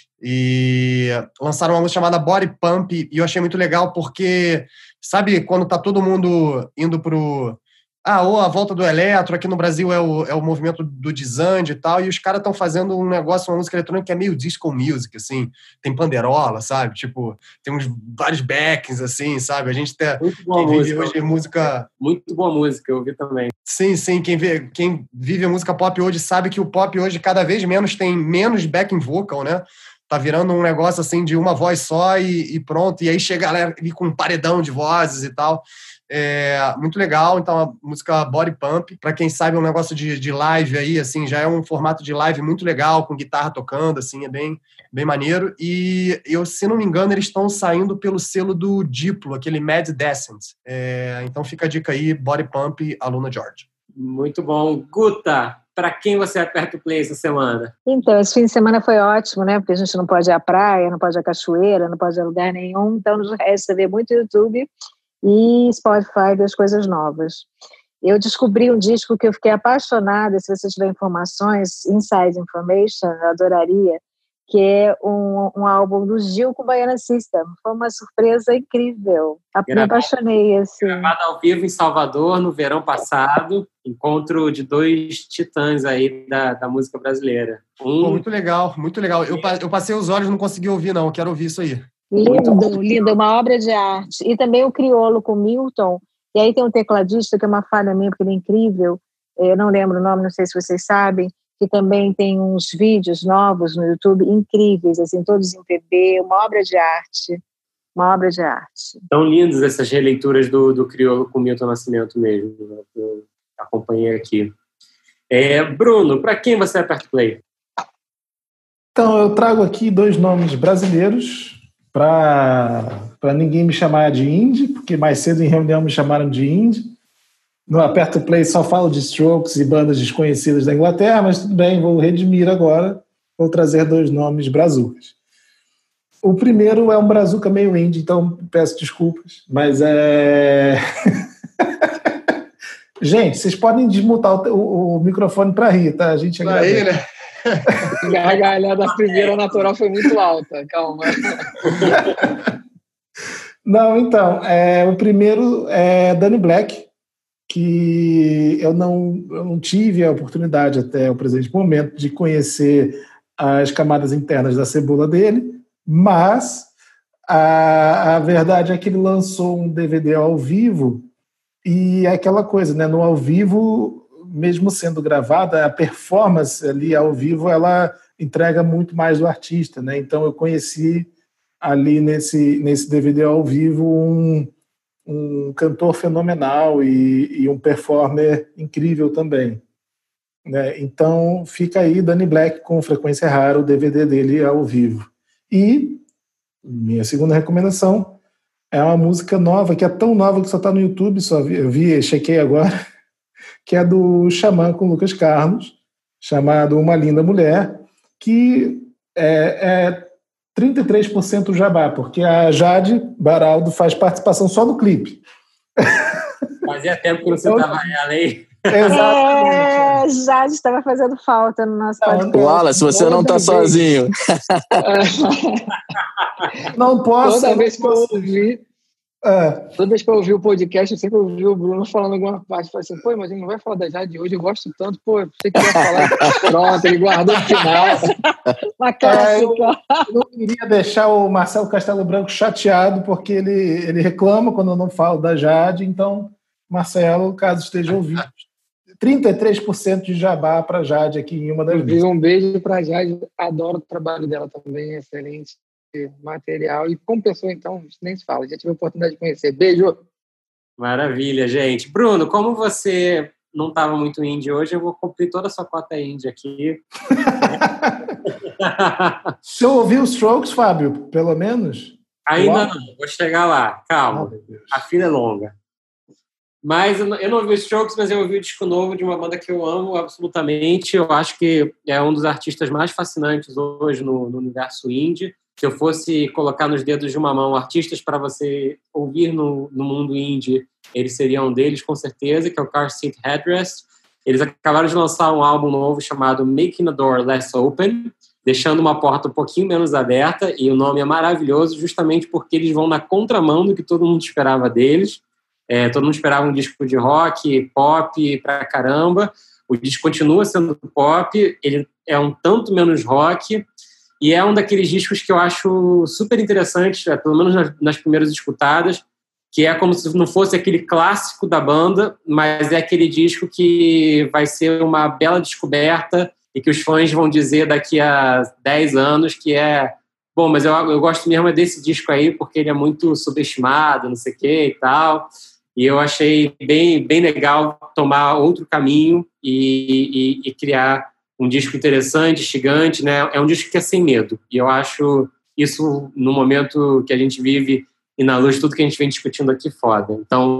E lançaram uma música chamada Body Pump, e eu achei muito legal porque, sabe, quando tá todo mundo indo pro... ou a volta do eletro, aqui no Brasil é o movimento do desande e tal, e os caras estão fazendo um negócio, uma música eletrônica que é meio disco music, assim, tem panderola, sabe, tipo, tem vários backings, assim, sabe, a gente tem... Muito boa música. Hoje música... Muito boa música, eu ouvi também. Sim, quem vive a música pop hoje sabe que o pop hoje cada vez menos tem menos backing vocal, né, tá virando um negócio, assim, de uma voz só e pronto, e aí chega a galera com um paredão de vozes e tal. Muito legal. Então a música Body Pump, para quem sabe, é um negócio de live aí, assim, já é um formato de live muito legal, com guitarra tocando, assim, é bem maneiro. E eu, se não me engano, eles estão saindo pelo selo do Diplo, aquele Mad Descent. Então fica a dica aí, Body Pump, Aluna George. Muito bom. Guta, para quem você aperta o play essa semana? Então, esse fim de semana foi ótimo, né? Porque a gente não pode ir à praia, não pode ir à cachoeira, não pode ir a lugar nenhum. Então, nos resta ver muito YouTube e Spotify das coisas novas. Eu descobri um disco que eu fiquei apaixonada, se você tiver informações, Inside Information, eu adoraria, que é um álbum do Gil com Baiana System. Foi uma surpresa incrível. Me apaixonei, assim. Gravado ao vivo em Salvador, no verão passado. Encontro de 2 titãs aí da música brasileira. Pô, muito legal, muito legal. Eu passei os olhos, não consegui ouvir, não. Quero ouvir isso aí. Lindo, lindo. Uma obra de arte. E também o Criolo com Milton. E aí tem um tecladista que é uma falha minha, porque ele é incrível. Eu não lembro o nome, não sei se vocês sabem. Que também tem uns vídeos novos no YouTube incríveis, assim, todos em PB, uma obra de arte. Tão lindas essas releituras do Criolo com Milton Nascimento mesmo, né, que eu acompanhei aqui. Bruno, para quem você aperta play? Então, eu trago aqui 2 nomes brasileiros para ninguém me chamar de indie, porque mais cedo em reunião me chamaram de indie. No Aperto Play só falo de Strokes e bandas desconhecidas da Inglaterra, mas tudo bem, vou redimir agora, vou trazer 2 nomes brazucas. O primeiro é um brazuca meio indie, então peço desculpas, mas Gente, vocês podem desmutar o microfone para rir, tá? A gente agradece. Aí, né? A gargalhada da primeira natural foi muito alta, calma. Não, então, o primeiro é Danny Black, que eu não tive a oportunidade até o presente momento de conhecer as camadas internas da cebola dele, mas a verdade é que ele lançou um DVD ao vivo e é aquela coisa, né? No ao vivo, mesmo sendo gravada, a performance ali ao vivo, ela entrega muito mais do artista, né? Então eu conheci ali nesse DVD ao vivo um cantor fenomenal e um performer incrível também, né? Então fica aí Danny Black com Frequência Rara, o DVD dele ao vivo. E minha segunda recomendação é uma música nova, que é tão nova que só está no YouTube, chequei agora, que é do Xamã com Lucas Carlos, chamado Uma Linda Mulher, que é 33% jabá, porque a Jade Baraldo faz participação só no clipe. Fazia tempo que você estava ela aí. Exatamente. Jade estava fazendo falta no nosso podcast. Wallace, você não está sozinho. Não posso. Toda vez que eu ouvi o podcast, eu sempre ouvi o Bruno falando alguma parte. Eu falei assim, pô, mas ele não vai falar da Jade hoje, eu gosto tanto. Pô, você que ia falar. Pronto, ele guardou o final. Uma clássica. Eu não queria deixar o Marcelo Castelo Branco chateado, porque ele reclama quando eu não falo da Jade. Então, Marcelo, caso esteja ouvindo, 33% de jabá para Jade aqui em uma das vezes. Um beijo para Jade, adoro o trabalho dela também, excelente material. E como pessoa, então, nem se fala, já tive a oportunidade de conhecer. Beijo! Maravilha, gente. Bruno, como você não estava muito indie hoje, eu vou cumprir toda a sua cota indie aqui. Você ouviu os Strokes, Fábio, pelo menos? Ainda não, vou chegar lá. Calma, a fila é longa. Mas eu não ouvi os Strokes, mas eu ouvi o disco novo de uma banda que eu amo absolutamente. Eu acho que é um dos artistas mais fascinantes hoje no universo indie. Se eu fosse colocar nos dedos de uma mão artistas para você ouvir no mundo indie, eles seriam um deles, com certeza, que é o Car Seat Headrest. Eles acabaram de lançar um álbum novo chamado Making a Door Less Open, deixando uma porta um pouquinho menos aberta, e o nome é maravilhoso justamente porque eles vão na contramão do que todo mundo esperava deles. Todo mundo esperava um disco de rock, pop pra caramba. O disco continua sendo pop, ele é um tanto menos rock, e é um daqueles discos que eu acho super interessante, pelo menos nas primeiras escutadas, que é como se não fosse aquele clássico da banda, mas é aquele disco que vai ser uma bela descoberta e que os fãs vão dizer daqui a 10 anos que bom, mas eu gosto mesmo desse disco aí porque ele é muito subestimado, não sei o que e tal. E eu achei bem, bem legal tomar outro caminho e criar um disco interessante, instigante, né? É um disco que é sem medo. E eu acho isso, no momento que a gente vive e na luz de tudo que a gente vem discutindo aqui, foda. Então,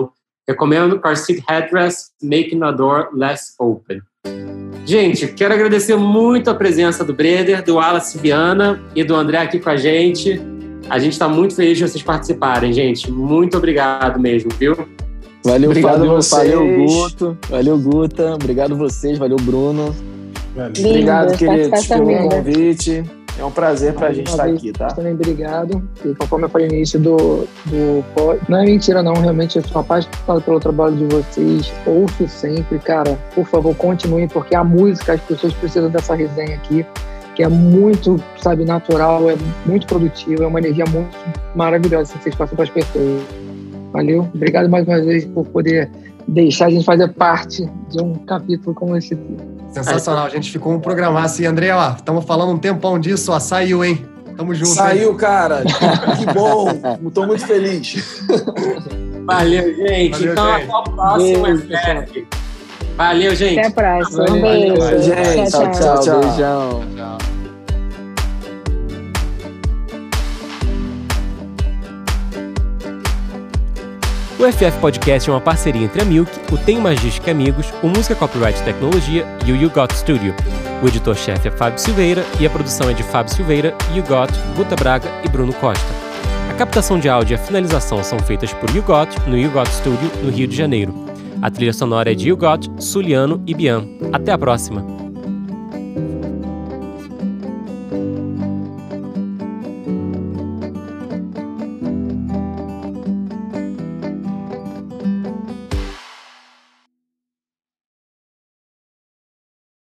Recomendo Car Seat Headrest, Making a Door Less Open. Gente, quero agradecer muito a presença do Breder, do Wallace Viana e do André aqui com a gente. A gente está muito feliz de vocês participarem, gente. Muito obrigado mesmo, viu? Valeu, Obrigado Fábio. vocês. Valeu, Guto. Valeu, Guta. Obrigado vocês. Valeu, Bruno. Valeu. Obrigado, queridos, pelo linda. convite. É um prazer pra gente estar aqui, tá? Também obrigado. E conforme eu falei no início do não é mentira não, realmente eu sou apaixonado pelo trabalho de vocês, ouço sempre, cara, por favor, continuem, porque a música, as pessoas precisam dessa resenha aqui, que é muito, sabe, natural, é muito produtiva, é uma energia muito maravilhosa que vocês passam para as pessoas. Valeu, obrigado mais uma vez por poder deixar a gente fazer parte de um capítulo como esse aqui. Sensacional, a gente ficou um programa assim, André, ó, estamos falando um tempão disso, ó, saiu, hein? Tamo junto. Saiu, hein? cara, que bom, tô muito feliz. Valeu, gente. Valeu, então, gente. até o próximo FF. Valeu, gente. Até a próxima. Um Valeu. beijo. Gente, tchau. Beijão. O FF Podcast é uma parceria entre a Milk, o Tem Magística Amigos, o Música Copyright Tecnologia e o You Got Studio. O editor-chefe é Fábio Silveira e a produção é de Fábio Silveira, You Got, Guta Braga e Bruno Costa. A captação de áudio e a finalização são feitas por You Got no You Got Studio, no Rio de Janeiro. A trilha sonora é de You Got, Suliano e Bian. Até a próxima!